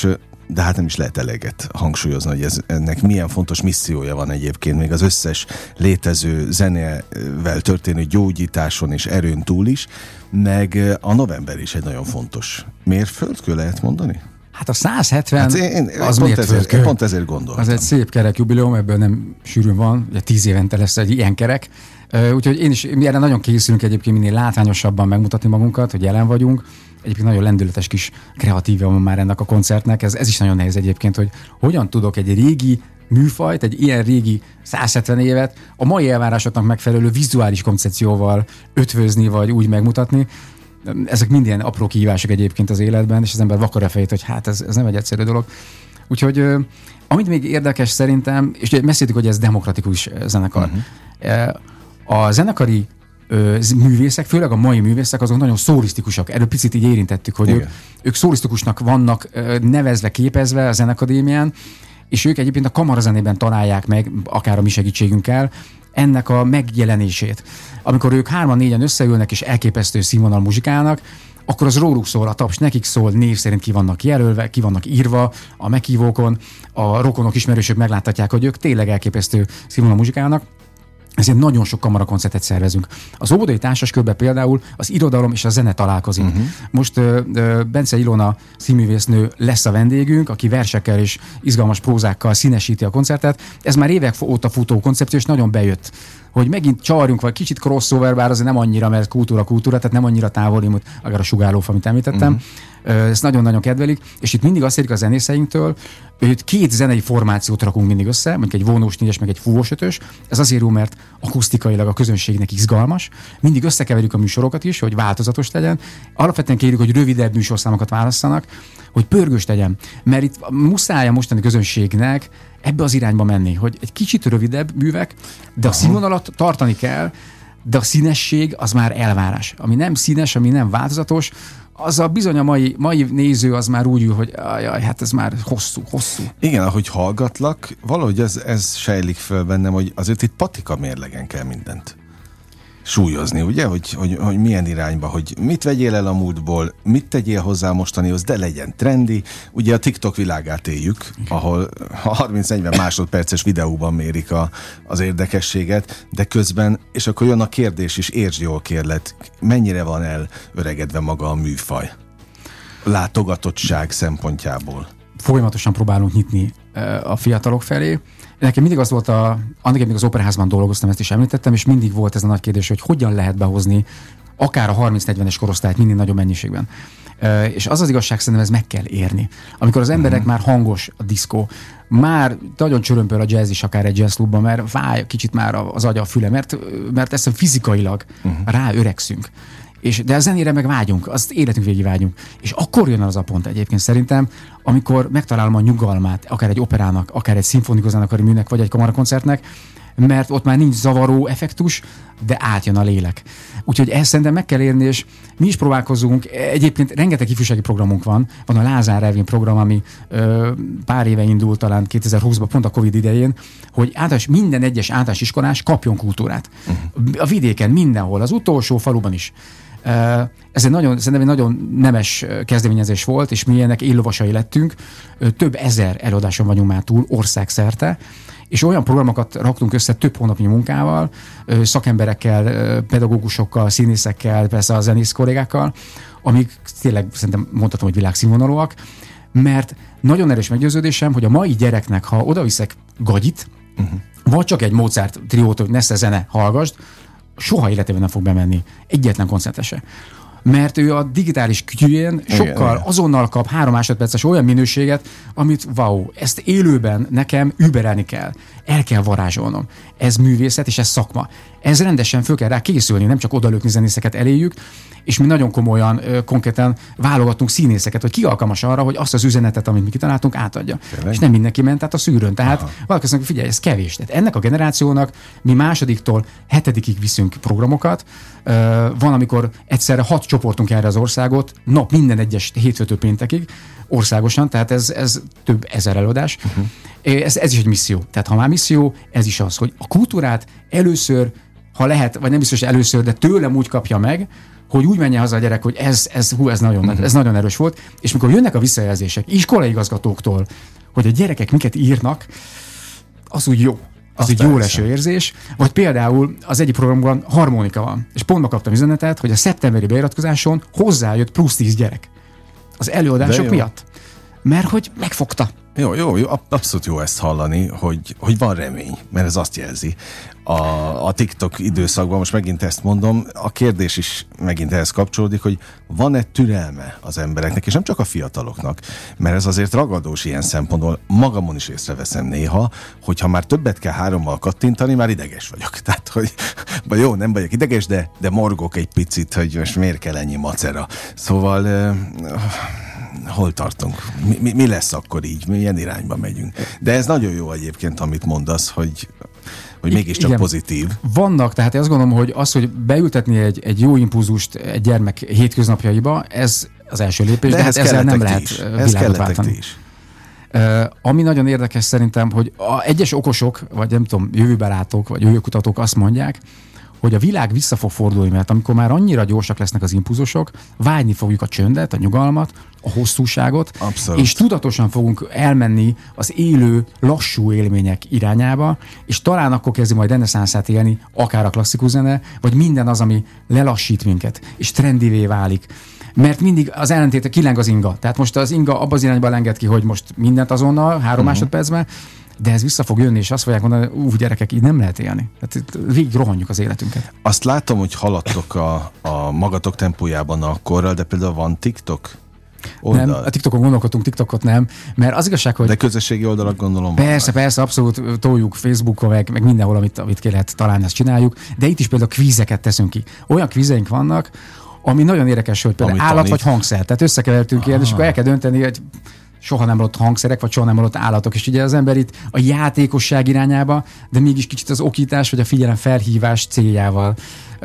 de hát nem is lehet eleget hangsúlyozni, hogy ez, ennek milyen fontos missziója van egyébként, még az összes létező zenével történő gyógyításon és erőn túl is, meg a november is egy nagyon fontos mérföldkő, lehet mondani? Hát a száz hetven hát én, én az pont, ezért, pont ezért gondoltam. Az egy szép kerek jubileum, ebből nem sűrűn van, ugye tíz évente lesz egy ilyen kerek. Úgyhogy én is, mi erre nagyon készülünk egyébként minél látványosabban megmutatni magunkat, hogy jelen vagyunk. Egyébként nagyon lendületes kis kreatívja van már ennek a koncertnek. Ez, ez is nagyon nehéz egyébként, hogy hogyan tudok egy régi műfajt, egy ilyen régi száz hetven évet a mai elvárásoknak megfelelő vizuális koncepcióval ötvözni, vagy úgy megmutatni. Ezek mind ilyen apró kihívások egyébként az életben, és az ember vakar a fejét, hogy hát ez, ez nem egy egyszerű dolog. Úgyhogy amit még érdekes szerintem, és ugye beszéltük, hogy ez demokratikus zenekar. Uh-huh. A zenekari ö, művészek, főleg a mai művészek, azok nagyon szólisztikusak. Erről picit így érintettük, hogy ők, ők szólisztikusnak vannak ö, nevezve, képezve a Zenakadémián, és ők egyébként a kamarazenében találják meg, akár a mi segítségünkkel, ennek a megjelenését. Amikor ők hárman, négyen összeülnek és elképesztő színvonal muzsikálnak, akkor az róluk szól, a taps nekik szól, név szerint ki vannak jelölve, ki vannak írva a meghívókon, a rokonok, ismerősök megláthatják, hogy ők tényleg elképesztő színvonal muzsikálnak. Ezért nagyon sok kamarakoncertet szervezünk. Az Óbudai Társaskörben például az irodalom és a zene találkozik. Uh-huh. Most uh, uh, Bence Ilona színművésznő lesz a vendégünk, aki versekkel és izgalmas prózákkal színesíti a koncertet. Ez már évek óta futó koncepció, és nagyon bejött, hogy megint csarjunk, vagy kicsit crossover, bár azért nem annyira, mert kultúra-kultúra, tehát nem annyira távoli, mint akár a Sugárlófa, amit említettem. Uh-huh. Ezt nagyon-nagyon kedvelik, és itt mindig azt érik a zenészeinktől, hogy két zenei formációt rakunk mindig össze, mondjuk egy vonós négyes, meg egy fúvós ötös. Ez azért jó, mert akusztikailag a közönségnek izgalmas. Mindig összekeverjük a műsorokat is, hogy változatos legyen. Alapvetően kérjük, hogy rövidebb műsorszámokat válasszanak, hogy pörgős legyen. Mert itt muszáj a mostani közönségnek ebbe az irányba menni, hogy egy kicsit rövidebb művek, de a színvonalat tartani kell, de a színesség az már elvárás. Ami nem színes, ami nem változatos, az a bizony a mai, mai néző az már úgy ül, hogy ajaj, hát ez már hosszú, hosszú. Igen, ahogy hallgatlak, valahogy ez, ez sejlik föl bennem, hogy azért itt patika mérlegen kell mindent súlyozni, ugye? Hogy, hogy, hogy milyen irányba, hogy mit vegyél el a múltból, mit tegyél hozzá mostanihoz, de legyen trendi. Ugye a TikTok világát éljük, igen, ahol harminc-negyven másodperces videóban mérik a, az érdekességet, de közben, és akkor jön a kérdés is, értsd jól kérlek, mennyire van elöregedve maga a műfaj? Látogatottság szempontjából. Folyamatosan próbálunk nyitni a fiatalok felé. Nekem mindig az volt, a, annak még az Operaházban dolgoztam, ezt is említettem, és mindig volt ez a nagy kérdés, hogy hogyan lehet behozni akár a harminc-negyvenes korosztályt minél nagyobb mennyiségben. E, és az az igazság, szerintem ez meg kell érni. Amikor az emberek uh-huh. már hangos a diszkó, már nagyon csörömpöl a jazz is, akár egy jazzklubban, mert fáj kicsit már az agya a füle, mert, mert ezt fizikailag uh-huh. ráöregszünk. És, de a zenére meg vágyunk, azt életünk végig vágyunk. És akkor jön az a pont egyébként szerintem, amikor megtalálom a nyugalmát, akár egy operának, akár egy szimfonikus zenekari műnek, vagy egy kamarakoncertnek, mert ott már nincs zavaró effektus, de átjön a lélek. Úgyhogy ezt szerintem meg kell érni, és mi is próbálkozunk. Egyébként rengeteg ifjúsági programunk van. Van a Lázár Ervin program, ami ö, pár éve indult, talán kétezer-húszban, pont a Covid idején, hogy általános, minden egyes általános iskolás kapjon kultúrát. Uh-huh. A vidéken, mindenhol, az utolsó faluban is. Ez egy nagyon, szerintem egy nagyon nemes kezdeményezés volt, és mi ennek éllovasai lettünk. Több ezer előadáson vagyunk már túl országszerte, és olyan programokat raktunk össze több hónapnyi munkával, szakemberekkel, pedagógusokkal, színészekkel, persze a zenész kollégákkal, amik tényleg szerintem mondhatom, hogy világszínvonalúak, mert nagyon erős meggyőződésem, hogy a mai gyereknek, ha odaviszek gagyit, uh-huh. vagy csak egy Mozart triót, hogy nesze zene hallgasd, soha életében nem fog bemenni egyetlen koncertese. Mert ő a digitális kütyűjén sokkal igen, azonnal kap három másodperces olyan minőséget, amit wow, ezt élőben nekem überelni kell. El kell varázsolnom. Ez művészet és ez szakma. Ez rendesen föl kell rá készülni, nem csak odalökni zenészeket eléjük, és mi nagyon komolyan, konkrétan válogatunk színészeket, hogy ki alkalmas arra, hogy azt az üzenetet, amit mi kitaláltunk, átadja. Tényleg? És nem mindenki ment át a szűrőn. Tehát aha. valaki azt mondja, figyelj, ez kevés. Tehát ennek a generációnak mi másodiktól hetedikig viszünk programokat. Van, amikor egyszerre hat csoportunk jár az országot, nap minden egyes hétfőtől péntekig, országosan, tehát ez, ez több ezer előadás. Uh-huh. Ez, ez is egy misszió. Tehát ha már misszió, ez is az, hogy a kultúrát először, ha lehet, vagy nem biztos, hogy először, de tőlem úgy kapja meg, hogy úgy menjen haza a gyerek, hogy ez, ez, hú, ez, nagyon, uh-huh. ez nagyon erős volt, és mikor jönnek a visszajelzések iskolaigazgatóktól, hogy a gyerekek miket írnak, az úgy jó. Az egy jó leső érzés. Vagy például az egyik programban harmonika van, és pontba kaptam üzenetet, hogy a szeptemberi beiratkozáson hozzájött plusz tíz gyerek. Az előadások miatt. Mert hogy megfogta. Jó, jó, jó, abszolút jó ezt hallani, hogy, hogy van remény, mert ez azt jelzi. A, a TikTok időszakban, most megint ezt mondom, a kérdés is megint ehhez kapcsolódik, hogy van-e türelme az embereknek, és nem csak a fiataloknak, mert ez azért ragadós ilyen szempontból. Magamon is észreveszem néha, hogyha már többet kell hárommal kattintani, már ideges vagyok. Tehát, hogy vagy jó, nem vagyok ideges, de, de morgok egy picit, hogy most miért kell ennyi macera. Szóval... Uh, hol tartunk? Mi, mi, mi lesz akkor így? Milyen irányba megyünk? De ez nagyon jó egyébként, amit mondasz, hogy, hogy mégiscsak igen, pozitív. Vannak, tehát én azt gondolom, hogy az, hogy beültetni egy, egy jó impulzust egy gyermek hétköznapjaiba, ez az első lépés, de, de hát ezzel nem lehet is. Világot váltani. Is. Uh, ami nagyon érdekes szerintem, hogy a egyes okosok, vagy nem tudom, jövőbelátók, vagy jövőkutatók azt mondják, hogy a világ vissza fog fordulni, mert amikor már annyira gyorsak lesznek az impulzusok, vágyni fogjuk a csöndet, a nyugalmat, a hosszúságot, abszolút. És tudatosan fogunk elmenni az élő, lassú élmények irányába, és talán akkor kezdi majd reneszánszát élni, akár a klasszikus zene, vagy minden az, ami lelassít minket, és trendivé válik. Mert mindig az ellentéte kileng az inga. Tehát most az inga abban az irányba lenged ki, hogy most mindent azonnal, három uh-huh. másodpercben, de ez vissza fog jönni, és azt fogják mondani, ú, gyerekek, így nem lehet élni. Tehát végig rohanjuk az életünket. Azt látom, hogy haladtok a, a magatok tempójában a korral, de például van TikTok oldal? Nem, a TikTokon gondolkodtunk, TikTokot nem, mert az igazság, hogy... De közösségi oldalak gondolom. Persze, van. persze, abszolút toljuk Facebookon, meg, meg mindenhol, amit, amit ki lehet találni, ezt csináljuk, de itt is például kvízeket teszünk ki. Olyan kvízeink vannak, ami nagyon érdekes, hogy például ami állat tanít. Vagy hangszer. Tehát összekevertünk ilyen, és akkor el kell dönteni, hogy soha nem hallott hangszerek, vagy soha nem hallott állatok. És ugye az ember itt a játékosság irányába, de mégis kicsit az okítás, vagy a figyelem felhívás céljával.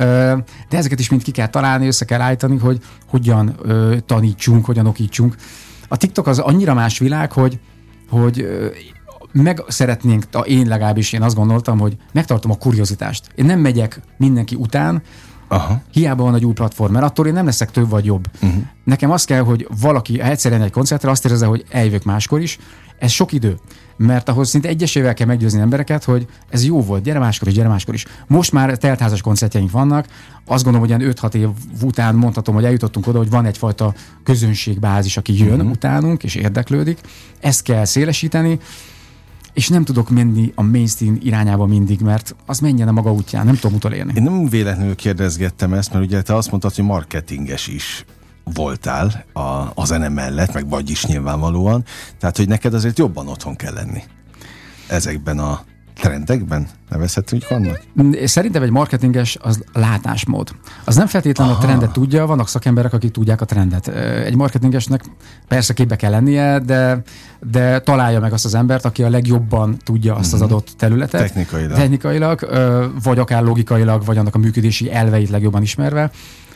De ezeket is mind ki kell találni, össze kell állítani, hogy hogyan tanítsunk, hogyan okítsunk. A TikTok az annyira más világ, hogy, hogy meg szeretnénk, én legalábbis én azt gondoltam, hogy megtartom a kuriozitást. Én nem megyek mindenki után, aha. Hiába van egy új platform, mert attól én nem leszek több vagy jobb. Uh-huh. Nekem az kell, hogy valaki, ha egyszerűen egy koncertre azt érezze, hogy eljövök máskor is, ez sok idő. Mert ahhoz szinte egyesével kell meggyőzni embereket, hogy ez jó volt, gyere máskor is, gyere máskor is. Most már teltházas koncertjeink vannak, azt gondolom, hogy ilyen öt-hat év után mondhatom, hogy eljutottunk oda, hogy van egyfajta közönségbázis, aki jön uh-huh. utánunk és érdeklődik. Ezt kell szélesíteni, és nem tudok menni a mainstream irányába mindig, mert az menjen a maga útján, nem tudom utolérni. Én nem véletlenül kérdezgettem ezt, mert ugye te azt mondtad, hogy marketinges is voltál a, a zene mellett, meg vagy is nyilvánvalóan, tehát hogy neked azért jobban otthon kell lenni ezekben a trendekben, nevezhetünk vannak? Szerintem egy marketinges az látásmód. Az nem feltétlenül aha. a trendet tudja, vannak szakemberek, akik tudják a trendet. Egy marketingesnek persze képbe kell lennie, de, de találja meg azt az embert, aki a legjobban tudja azt az adott területet. Technikailag. Technikailag, vagy akár logikailag, vagy annak a működési elveit legjobban ismerve.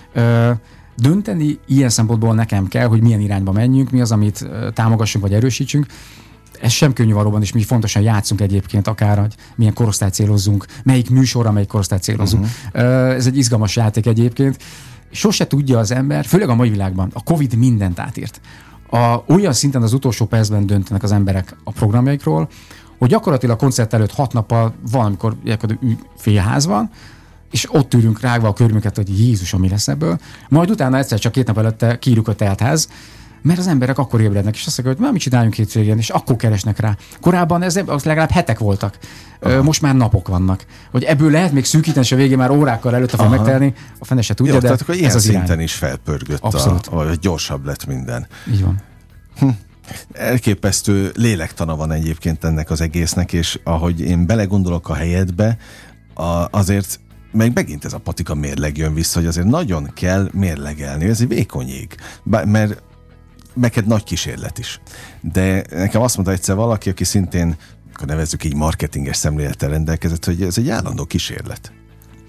Dönteni ilyen szempontból nekem kell, hogy milyen irányba menjünk, mi az, amit támogassunk, vagy erősítsünk. Ez sem könnyű valóban, és mi fontosan játszunk egyébként, akár, hogy milyen korosztályt célozzunk, melyik műsorra, melyik korosztályt célozunk. Uh-huh. Ez egy izgalmas játék egyébként. Sose tudja az ember, főleg a mai világban, a Covid mindent átírt. A, olyan szinten az utolsó percben döntenek az emberek a programjaikról, hogy gyakorlatilag a koncert előtt hat nappal valamikor félház van, és ott ülünk rágva a körmünket, hogy Jézusom, mi lesz ebből. Majd utána egyszer csak két nap előtte kiírjuk a teltház, mert az emberek akkor ébrednek, és azt mondják, hogy mit csináljunk hétvégén, és akkor keresnek rá. Korábban ez legalább hetek voltak. Aha. Most már napok vannak. Hogy ebből lehet még szűkíteni, és a végén már órákkal előtte fog megtelni, a fene se tudja, jó, de tehát akkor ez ilyen az szinten irány. is felpörgött, abszolút. A, vagy gyorsabb lett minden. Így van. Hm. Elképesztő lélektana van egyébként ennek az egésznek, és ahogy én belegondolok a helyedbe, a, azért meg megint ez a patika mérleg jön vissza, hogy azért nagyon kell mérlegelni, ez egy vékony jég. Bár, mert neked nagy kísérlet is. De nekem azt mondta egyszer valaki, aki szintén, akkor nevezzük így marketinges szemlélettel rendelkezett, hogy ez egy állandó kísérlet.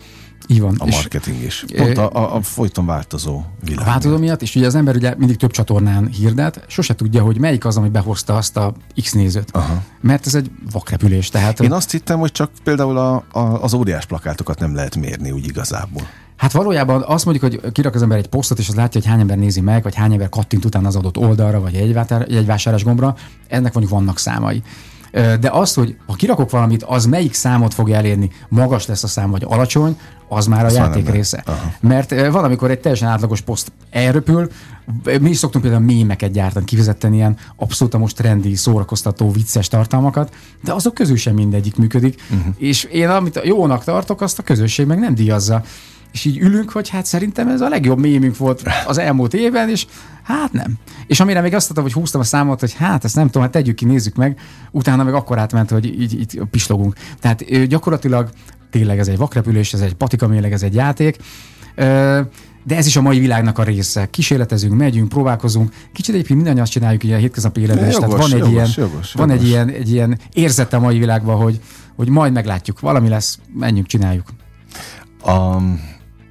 Így van. A marketing is. Pont a, a, a folyton változó világ. A változó miatt, és ugye az ember ugye mindig több csatornán hirdet, sose tudja, hogy melyik az, ami behozta azt a X nézőt. Aha. Mert ez egy vakrepülés. Tehát, én azt hittem, hogy csak például a, a, az óriás plakátokat nem lehet mérni úgy igazából. Hát valójában azt mondjuk, hogy kirak az ember egy posztot, és az látja, hogy hány ember nézi meg, vagy hány ember kattint utána az adott oldalra, vagy egy vásárlás gombra, ennek mondjuk vannak számai. De az, hogy ha kirakok valamit, az melyik számot fogja elérni, magas lesz a szám, vagy alacsony, az már a azt játék része. Aha. Mert van, amikor egy teljesen átlagos poszt elröpül, mi is szoktunk például mémeket gyártani, kifizetten ilyen abszolút most trendi, szórakoztató, vicces tartalmakat, de azok közül sem mindegyik működik, uh-huh. és én amit jónak tartok, azt a közösség meg nem díjazza. És így ülünk, hogy hát szerintem ez a legjobb mémünk volt az elmúlt évben, és hát nem. És amire még azt mondtam, hogy húztam a számot, hogy hát ezt nem tudom, hát tegyük ki, nézzük meg, utána meg akkor átment, hogy így, így pislogunk. Tehát gyakorlatilag tényleg ez egy vakrepülés, ez egy patikaméleg, ez egy játék, de ez is a mai világnak a része. Kísérletezünk, megyünk, próbálkozunk. Kicsit egyébként mindannyian azt csináljuk ugye a hétköznapi életben, és tehát van egy, jogos, ilyen, jogos, van jogos. Egy, ilyen, egy ilyen érzete a mai világban, hogy, hogy majd meglátjuk, valami lesz, menjünk, csináljuk. Um...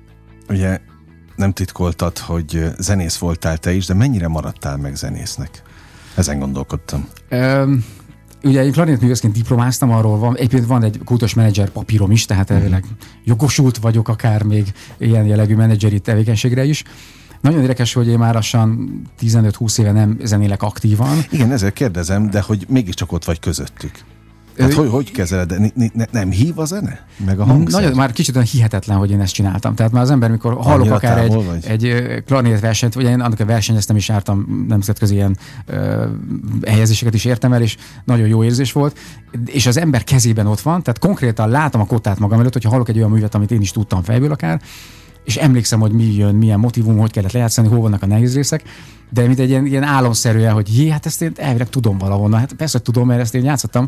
Ugye nem titkoltad, hogy zenész voltál te is, de mennyire maradtál meg zenésznek? Ezen gondolkodtam. Üm, ugye én klarinettművészként diplomáztam, arról van, egyébként van egy kultusz menedzser papírom is, tehát mm. elvileg jogosult vagyok akár még ilyen jellegű menedzseri tevékenységre is. Nagyon érdekes, hogy én már lassan tizenöt-húsz éve nem zenélek aktívan. Igen, ezzel kérdezem, de hogy mégiscsak ott vagy közöttük. Hát hogy, hogy kezeled? Ne, ne, nem hív a zene? Meg a hangszer? Nagyon, már kicsit olyan hihetetlen, hogy én ezt csináltam. Tehát már az ember, mikor hallok annyira akár egy, egy klarinett versenyt, vagy én annak a versenyeztem is, jártam nemzetközi ilyen ö, helyezéseket is értem el, és nagyon jó érzés volt. És az ember kezében ott van, tehát konkrétan látom a kotát magam előtt, hogyha hallok egy olyan művet, amit én is tudtam fejből akár, és emlékszem, hogy mi jön, milyen motivum, hogy kellett lejátszani, hol vannak a nehéz részek, de mint egy ilyen, ilyen álomszerűen, hogy jé, hát ezt én elvileg tudom valahonnan. Hát persze, hogy tudom, mert ezt én játszottam.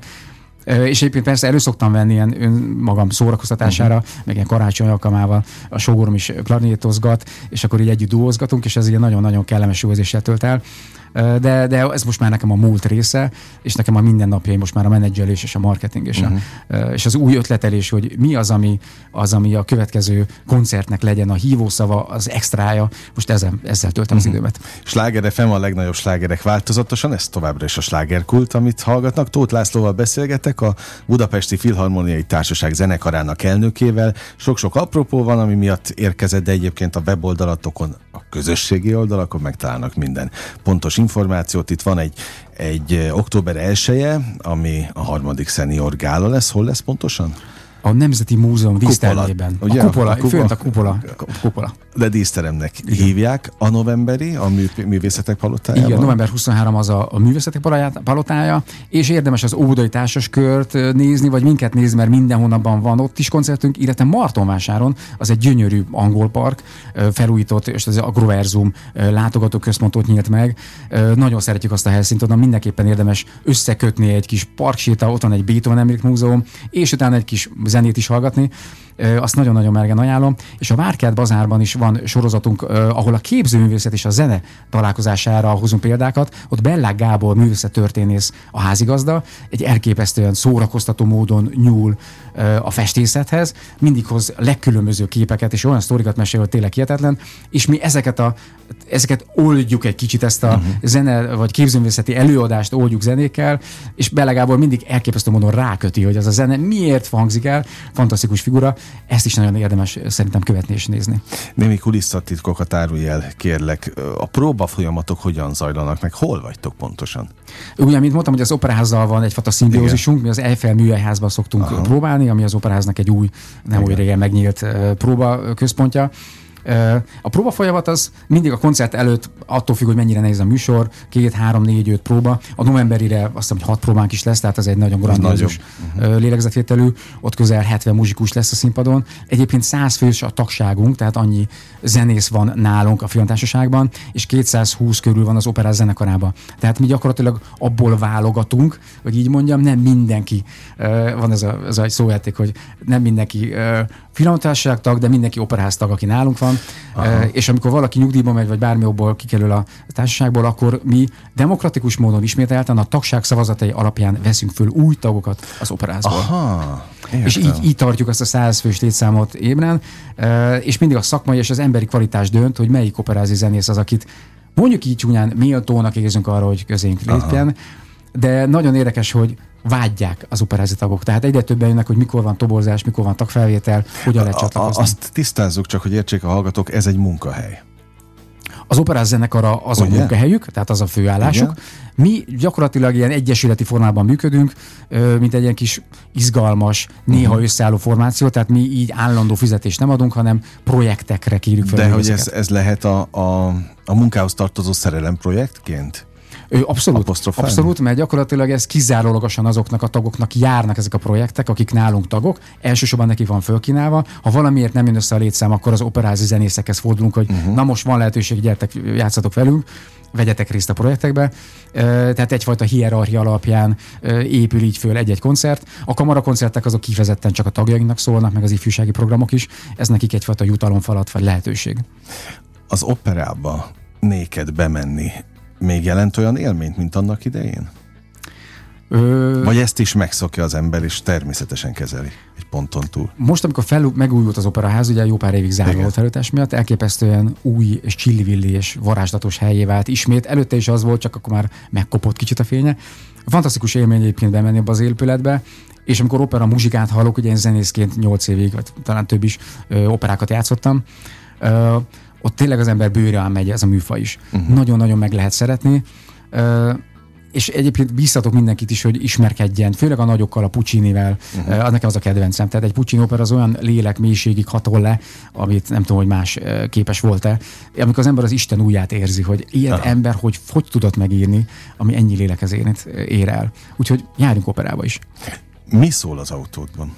És egyébként persze elő szoktam venni ilyen önmagam szórakoztatására, uh-huh. meg ilyen karácsony alkalmával a sógorom is klarinétozgat, és akkor így együtt duózgatunk, és ez ilyen nagyon-nagyon kellemes jó érzéssel tölt el. De, de ez most már nekem a múlt része, és nekem a mindennapjaim most már a menedzselés és a marketing és, uh-huh. a, és az új ötletelés, hogy mi az ami, az, ami a következő koncertnek legyen a hívószava, az extrája. Most ezzel, ezzel töltem uh-huh. az időmet. Sláger ef em a legnagyobb slágerek változatosan, ez továbbra is a slágerkult, amit hallgatnak. Tóth Lászlóval beszélgetek, a Budapesti Filharmoniai Társaság zenekarának elnökével. Sok-sok apropó van, ami miatt érkezett, de egyébként a weboldalatokon, a közösségi oldalakon megtalálnak minden pontos információt. Itt van egy, egy október elseje, ami a harmadik szenior gála lesz. Hol lesz pontosan? A Nemzeti Múzeum dísztermében. A kupola, a kupola, a kupola, kupola. De díszteremnek igen. hívják. A novemberi, a mű, Művészetek Palotája. Igen, november huszonharmadika az a, a Művészetek Palotája, és érdemes az Óvodai Társaskört nézni, vagy minket nézni, mert minden hónapban van ott is koncertünk, illetve Martonvásáron, az egy gyönyörű angol park, felújított, és az Agroverzum látogatóközpontot nyílt meg. Nagyon szeretjük azt a helyszínt, onnan mindenképpen érdemes összekötni egy kis parkséta, ott van egy Beethoven Emlék Múzeum, és utána egy kis zenét is hallgatni. Azt nagyon-nagyon mergen ajánlom. És a Várkert Bazárban is van sorozatunk, ahol a képzőművészet és a zene találkozására hozunk példákat. Ott Bellák Gábor művészettörténész a házigazda, egy elképesztően szórakoztató módon nyúl a festészethez, mindig hoz legkülönböző képeket, és olyan sztorikat mesél, hogy tényleg hihetetlen, és mi ezeket, a, ezeket oldjuk egy kicsit, ezt a uh-huh. zene vagy képzőművészeti előadást oldjuk zenékkel, és Bellák Gábor mindig elképesztő módon ráköti, hogy az a zene miért hangzik el, fantasztikus figura. Ezt is nagyon érdemes szerintem követni és nézni. Némi kulisszatitkokat árulj el, kérlek. A próba folyamatok hogyan zajlanak, meg hol vagytok pontosan? Ugye, mint mondtam, hogy az Operaházzal van egyfajta szimbiózisunk, mi az Eiffel műhelyházban szoktunk Aha. próbálni, ami az Operaháznak egy új, nem új régen megnyílt uh, próba központja. A próba folyamat az mindig a koncert előtt attól függ, hogy mennyire nehéz a műsor, két, három, négy, öt próba. A novemberire azt hiszem, hogy hat próbánk is lesz, tehát ez egy nagyon grandiózus uh-huh. lélegzetvételű. Ott közel hetven muzsikus lesz a színpadon. Egyébként száz fős a tagságunk, tehát annyi zenész van nálunk a filmtársaságban, és kétszázhúsz körül van az Operáz zenekarában. Tehát mi gyakorlatilag abból válogatunk, hogy így mondjam, nem mindenki, van ez a, ez a szójáték, hogy nem mindenki filmtársaság tag, de mindenki operáz tag, aki nálunk van. van, Aha. és amikor valaki nyugdíjba megy, vagy bármióból kikerül a társaságból, akkor mi demokratikus módon ismételten a tagság szavazatai alapján veszünk föl új tagokat az operázból. Aha, és így, így tartjuk azt a száz fős létszámot ébren, és mindig a szakmai és az emberi kvalitás dönt, hogy melyik operázi zenész az, akit mondjuk így csúnyán méltónak érzünk arra, hogy közénk lépjen, de nagyon érdekes, hogy vágyják az operázi tagok. Tehát egyre többen jönnek, hogy mikor van toborzás, mikor van tagfelvétel, hogyan lehet csatlakozni. Azt tisztázzuk csak, hogy értsék a hallgatók, ez egy munkahely. Az operáz zenekara az Ugye? a munkahelyük, tehát az a főállásuk. Igen. Mi gyakorlatilag ilyen egyesületi formában működünk, mint egy ilyen kis izgalmas, néha uh-huh. összeálló formáció, tehát mi így állandó fizetést nem adunk, hanem projektekre kérjük fel. De hogy ez, ez lehet a, a, a munkához tartozó szerelem projektként? Ő abszolút, abszolút, mert gyakorlatilag ez kizárólagosan azoknak a tagoknak járnak ezek a projektek, akik nálunk tagok, elsősorban neki van fölkínálva. Ha valamiért nem jön össze a létszám, akkor az operázi zenészekhez fordulunk, hogy uh-huh. na most van lehetőség, gyertek, játszatok velünk, vegyetek részt a projektekbe. Tehát egyfajta hierarchia alapján épül így föl egy-egy koncert. A kamarakoncertek azok kifejezetten csak a tagjainknak szólnak, meg az ifjúsági programok is. Ez nekik egyfajta jutalomfalat vagy lehetőség. Az operába néked bemenni még jelent olyan élményt, mint annak idején? Ö... Vagy ezt is megszokja az ember, és természetesen kezeli egy ponton túl? Most, amikor fel, megújult az operaház, ugye jó pár évig zárva volt előttes miatt, elképesztően új és csillivilli és varázslatos helyé vált ismét. Előtte is az volt, csak akkor már megkopott kicsit a fénye. Fantasztikus élmény egyébként bemenni abba az épületbe, és amikor opera muzsikát hallok, ugye én zenészként nyolc évig, vagy talán több is ö, operákat játszottam, ö, ott tényleg az ember bőre megy ez a műfaj is. Uh-huh. Nagyon-nagyon meg lehet szeretni. Uh, és egyébként bíztatok mindenkit is, hogy ismerkedjen, főleg a nagyokkal, a Puccinivel. Uh-huh. Uh, nekem az a kedvencem. Tehát egy Puccini opera az olyan lélek mélységig hatol le, amit nem tudom, hogy más uh, képes volt-e. Amikor az ember az Isten ujját érzi, hogy ilyen uh-huh. ember, hogy hogy tudott megírni, ami ennyi lélekhez ér el. Úgyhogy járjunk operába is. Mi szól az autódban?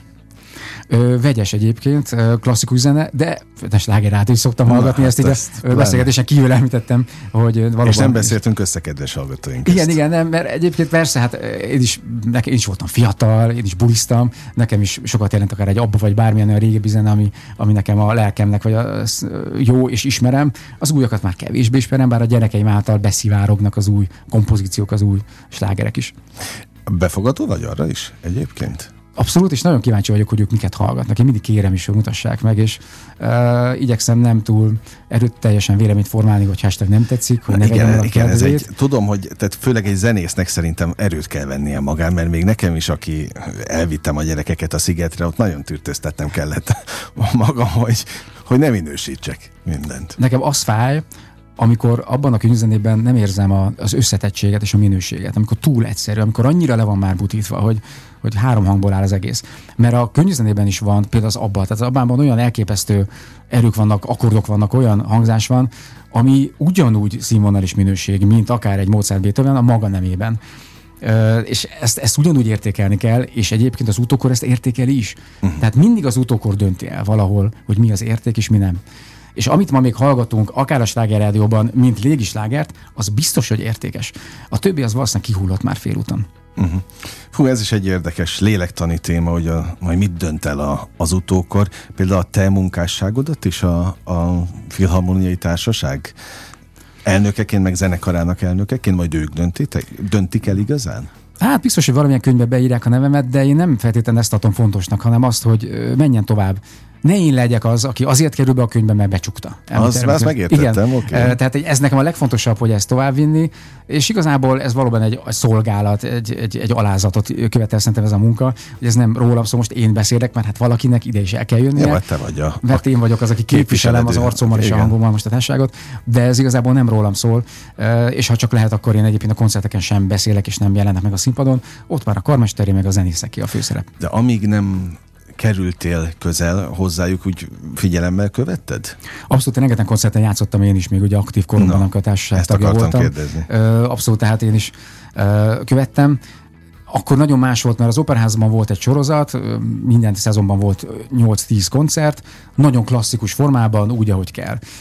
Ö, vegyes egyébként, klasszikus zene, de de slágerát is szoktam Na, hallgatni, hát ezt így a beszélgetésen kívül említettem, hogy valóban... És nem beszéltünk összekedves hallgatóink. Igen, ezt. igen, nem, mert egyébként persze, hát én is, nekem, én is voltam fiatal, én is buliztam, nekem is sokat jelent akár egy abba, vagy bármilyen olyan régebbi zene, ami, ami nekem a lelkemnek vagy a, jó, és ismerem. Az újakat már kevésbé ismerem, bár a gyerekeim által beszivárognak az új kompozíciók, az új slágerek is. Befogadó vagy arra is egyébként? Abszolút, és nagyon kíváncsi vagyok, hogy ők miket hallgatnak. Én mindig kérem is, hogy mutassák meg, és uh, igyekszem nem túl erőteljesen véleményt formálni, hogy hashtag nem tetszik, hogy ne igen, igen, ez egy, tudom, hogy tehát főleg egy zenésznek szerintem erőt kell vennie magán, mert még nekem is, aki elvittem a gyerekeket a szigetre, ott nagyon tűrtöztetnem kellett magam, hogy, hogy ne minősítsek mindent. Nekem az fáj, amikor abban a könyvzenében nem érzem a, az összetettséget és a minőséget, amikor túl egyszerű, amikor annyira le van már butítva, hogy, hogy három hangból áll az egész. Mert a könyvzenében is van, például az abban, tehát az abban olyan elképesztő erők vannak, akkordok vannak, olyan hangzás van, ami ugyanúgy színvonalis minőség, mint akár egy Mozart, Beethoven a maga nemében. Uh, és ezt, ezt ugyanúgy értékelni kell, és egyébként az utókor ezt értékeli is. Uh-huh. Tehát mindig az utókor dönti el valahol, hogy mi az érték és mi nem. És amit ma még hallgatunk, akár a slágerrádióban, mint législágert, az biztos, hogy értékes. A többi az valószínűleg kihullott már félúton. Uh-huh. Fú, ez is egy érdekes lélektani téma, hogy a, majd mit dönt el a, az utókor. Például a te munkásságodat is a, a Filharmoniai Társaság elnökeként, meg zenekarának elnökeként, majd ők döntitek, döntik el igazán? Hát biztos, hogy valamilyen könyvbe beírják a nevemet, de én nem feltétlenül ezt tartom fontosnak, hanem azt, hogy menjen tovább. Ne én legyek az, aki azért kerül be a könyvbe, mert becsukta. Az, azt megértettem, oké. Okay. Tehát ez nekem a legfontosabb, hogy ezt továbbvinni, és igazából ez valóban egy szolgálat, egy, egy, egy alázatot követel szerintem ez a munka, hogy ez nem rólam, szóval most én beszélek, mert hát valakinek ide is el kell jönnie. Ja, te vagy a, mert én vagyok az, aki képviselem az arcommal és a hangommal most a társaságot, de ez igazából nem rólam szól, és ha csak lehet, akkor én egyébként a koncerteken sem beszélek, és nem jelennek meg a színpadon, ott már a karmesteré meg a zenészeké a főszerep. De amíg nem kerültél közel hozzájuk, úgy figyelemmel követted? Abszolút, én rengeteg koncerten játszottam én is, még ugye aktív koromban, amikor a társaság tagja voltam. Kérdezni. Abszolút, tehát én is követtem. Akkor nagyon más volt, mert az Operaházban volt egy sorozat, minden szezonban volt nyolc-tíz koncert, nagyon klasszikus formában, úgy, ahogy kell.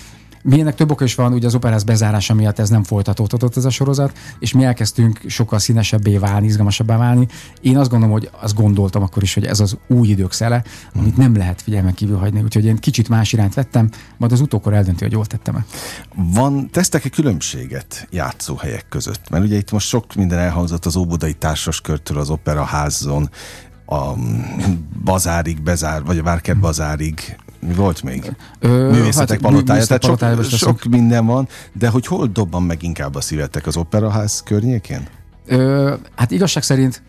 Mi ennek több oka is van, ugye az Operaház bezárása miatt ez nem folytatódott ez a sorozat, és mi elkezdtünk sokkal színesebbé válni, izgalmasabbá válni. Én azt gondolom, hogy azt gondoltam akkor is, hogy ez az új idők szele, amit nem lehet figyelmen kívül hagyni. Úgyhogy én kicsit más irányt vettem, majd az utókor eldönti, hogy jól tettem-e. Van, tesztek-e különbséget játszóhelyek között? Mert ugye itt most sok minden elhangzott az Óbudai Társaskörtől az Operaházon, a bazárig bezár, vagy a Várkert bazárig. Mi volt még? Ö, Művészetek hát, palotája, tehát sok, sok minden van, de hogy hol dobban meg inkább a szívetek, az Operaház környékén? Ö, hát igazság szerint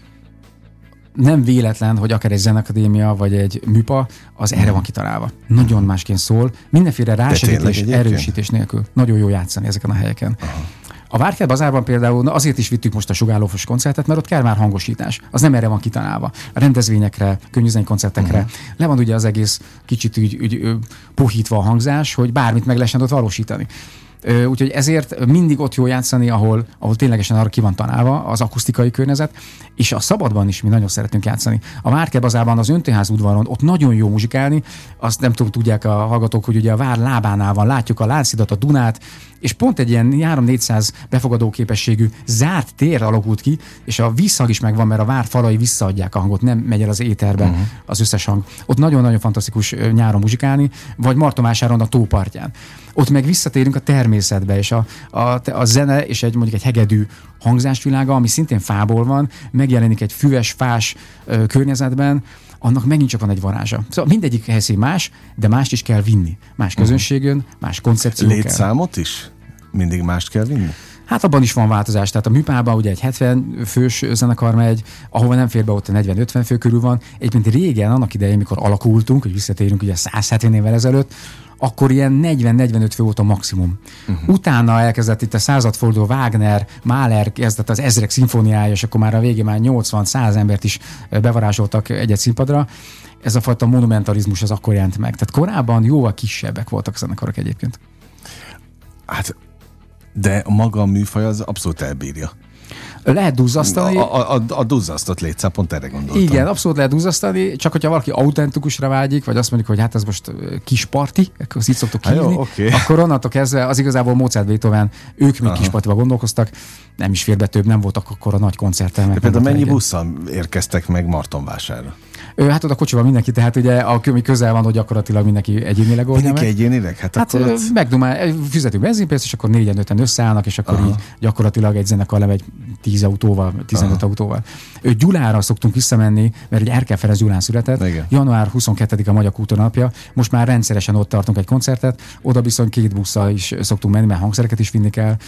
nem véletlen, hogy akár egy zenakadémia, vagy egy műpa, az erre van kitalálva. Nagyon másként szól, mindenféle rásegítés, erősítés nélkül. Nagyon jó játszani ezeken a helyeken. Aha. A Várkert bazárban például na azért is vittük most a Sugállófos koncertet, mert ott kell már hangosítás. Az nem erre van kitalálva. A rendezvényekre, könnyűzenei koncertekre. Uh-huh. Le van ugye az egész kicsit úgy, úgy puhítva a hangzás, hogy bármit meg lehessen ott valósítani. Úgyhogy ezért mindig ott jó játszani, ahol, ahol ténylegesen arra ki van találva az akusztikai környezet, és a szabadban is mi nagyon szeretünk játszani. A Várkert bazárban, az Öntőház udvaron ott nagyon jó muzsikálni, azt nem tudom, tudják a hallgatók, hogy ugye a vár lábánál van, látjuk a Lánchidat, a Dunát, és pont egy ilyen háromszáz-négyszáz befogadó képességű zárt tér alakult ki, és a visszhang is megvan, mert a vár falai visszaadják a hangot, nem megy el az éterbe uh-huh. az összes hang. Ott nagyon-nagyon fantasztikus nyáron muzsikálni, vagy Martomásáron a tópartján. Ott meg visszatérünk a természetbe, és a, a, a zene és egy mondjuk egy hegedű hangzásvilága, ami szintén fából van, megjelenik egy füves, fás ö, környezetben, annak megint csak van egy varázsa. Szóval mindegyik helyszín más, de mást is kell vinni. Más közönségön, más koncepció kell. Létszámot is? Mindig mást kell vinni? Hát abban is van változás. Tehát a műpában ugye egy hetven fős zenekar megy, ahova nem fér be, ott negyven-ötven fő körül van. Egyébként régen, annak idején, mikor alakultunk, hogy visszatérünk ugye száz hetven évvel ezelőtt, akkor ilyen negyven-negyvenöt fő volt a maximum. Uh-huh. Utána elkezdett itt a századforduló Wagner, Mahler kezdett az ezrek szimfóniája, és akkor már a végén már nyolcvan-száz embert is bevarázsoltak egy-egy színpadra. Ez a fajta monumentalizmus az akkor jelent meg. Tehát korábban jóval kisebbek voltak a zenekarok egyébként. Hát, de maga a műfaj az abszolút elbírja. Lehet duzzasztani. A, a, a duzzasztott létszám, pont erre gondoltam. Igen, abszolút lehet duzzasztani, csak hogyha valaki autentikusra vágyik, vagy azt mondjuk, hogy hát ez most kis parti, akkor így szoktuk hívni, okay. Akkor onnantól kezdve az igazából Mozart, Beethoven, ők még kis partiba gondolkoztak, nem is fér be több, nem voltak akkor a nagy koncerten. De például mennyi busszal érkeztek meg Martonvásárra? Hát oda kocsival mindenki, tehát ugye a kömi közel van, hogy gyakorlatilag mindenki egyénileg oldja meg. Mindenki egyénileg? Hát, hát akkor ott... megdumál, fizetünk benzinpénzt, és akkor négyen-öten összeállnak, és akkor aha. így gyakorlatilag egy zenekar lemegy tíz autóval, tizenöt aha. autóval. Ő Gyulára szoktunk visszamenni, mert ugye Erkel Ferenc Gyulán született, igen. január huszonkettedike a Magyar Kultúra napja, most már rendszeresen ott tartunk egy koncertet, oda viszont két busszal is szoktunk menni, mert hangszereket is vinni kell,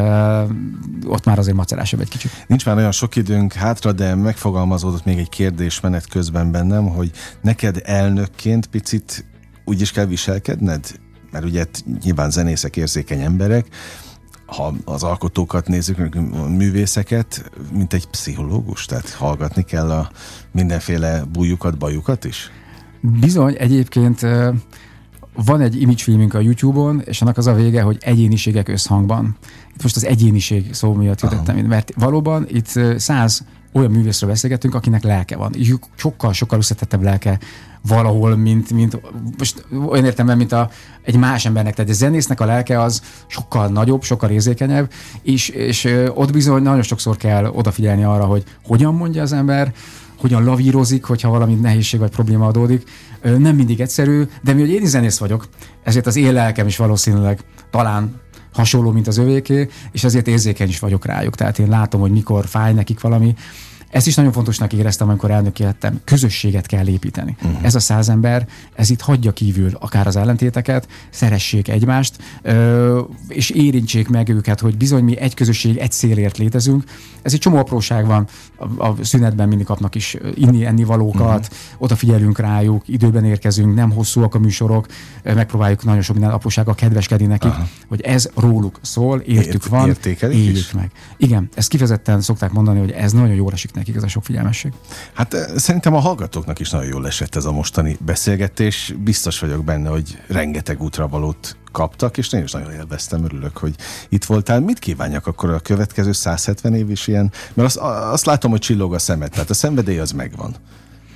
uh, ott már azért macerásabb egy kicsit. Nincs már olyan sok időnk hátra, de megfogalmazódott még egy kérdés menet közben bennem, hogy neked elnökként picit úgy is kell viselkedned? Mert ugye nyilván zenészek, érzékeny emberek, ha az alkotókat nézzük, a művészeket, mint egy pszichológus, tehát hallgatni kell a mindenféle bújukat, bajukat is? Bizony, egyébként van egy imagefilmünk a YouTube-on, és annak az a vége, hogy egyéniségek összhangban. Itt most az egyéniség szó miatt jöttem, mert valóban itt száz olyan művészről beszélgetünk, akinek lelke van. Sokkal-sokkal összetettebb lelke valahol, mint, mint most olyan értelemben, mint a, egy más embernek. Tehát a zenésznek a lelke az sokkal nagyobb, sokkal érzékenyebb, és, és ott bizony nagyon sokszor kell odafigyelni arra, hogy hogyan mondja az ember, hogyan lavírozik, hogyha valami nehézség vagy probléma adódik. Nem mindig egyszerű, de mi, hogy én is zenész vagyok, ezért az én lelkem is valószínűleg talán hasonló, mint az övéké, és ezért érzékeny is vagyok rájuk. Tehát én látom, hogy mikor fáj nekik valami. Ezt is nagyon fontosnak éreztem, amikor elnöki lettem. Közösséget kell építeni. Uh-huh. Ez a száz ember, ez itt hagyja kívül akár az ellentéteket, szeressék egymást, és érintsék meg őket, hogy bizony mi egy közösség, egy célért létezünk. Ez egy csomó apróság van. A, a szünetben mindig kapnak is inni, enni valókat, uh-huh. odafigyelünk rájuk, időben érkezünk, nem hosszúak a műsorok, megpróbáljuk nagyon sok minden aprósággal kedveskedni nekik, uh-huh. hogy ez róluk szól, értük Ért, van, éljük is meg. Igen, ezt kifejezetten szokták mondani, hogy ez nagyon jól esik nekik, ez a sok figyelmesség. Hát szerintem a hallgatóknak is nagyon jól esett ez a mostani beszélgetés. Biztos vagyok benne, hogy rengeteg útravalót kaptak, és én is nagyon élveztem, örülök, hogy itt voltál. Mit kívánjak akkor a következő száz hetven év is ilyen? Mert azt, azt látom, hogy csillog a szemed, tehát a szenvedély az megvan.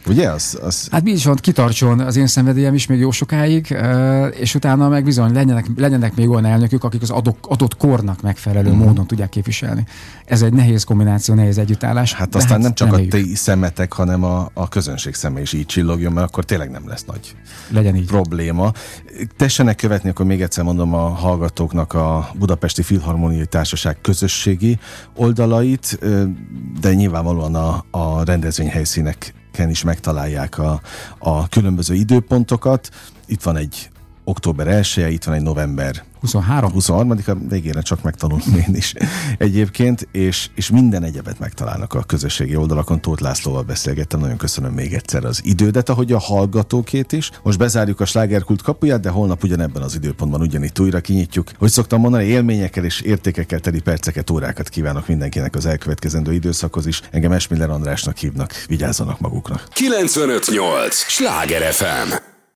Ugye? Az, az... Hát viszont kitartson az én szenvedélyem is még jó sokáig, és utána meg bizony legyenek, legyenek még olyan elnökök, akik az adott, adott kornak megfelelő mm. módon tudják képviselni. Ez egy nehéz kombináció, nehéz együttállás. Hát aztán hát nem csak reméljük. A ti szemetek, hanem a, a közönség szeme is így csillogjon, mert akkor tényleg nem lesz nagy legyen így. Probléma. Tessenek követni, akkor még egyszer mondom a hallgatóknak a Budapesti Filharmoniai Társaság közösségi oldalait, de nyilvánvalóan a, a rendezvényhelyszíneken is megtalálják a, a különböző időpontokat. Itt van egy október elseje, itt van egy november huszonhárom huszonharmadika, végére csak megtanultam én is egyébként, és, és minden egyebet megtalálnak a közösségi oldalakon. Tóth Lászlóval beszélgettem, nagyon köszönöm még egyszer az idődet, ahogy a hallgatókét is. Most bezárjuk a Slágerkult kapuját, de holnap ugyanebben az időpontban ugyanitt újra kinyitjuk. Hogy szoktam mondani, élményekkel és értékekkel teli perceket, órákat kívánok mindenkinek az elkövetkezendő időszakhoz is. Engem Esmiller Andrásnak hívnak, vigyázzanak maguknak. kilencvenöt nyolc Sláger ef em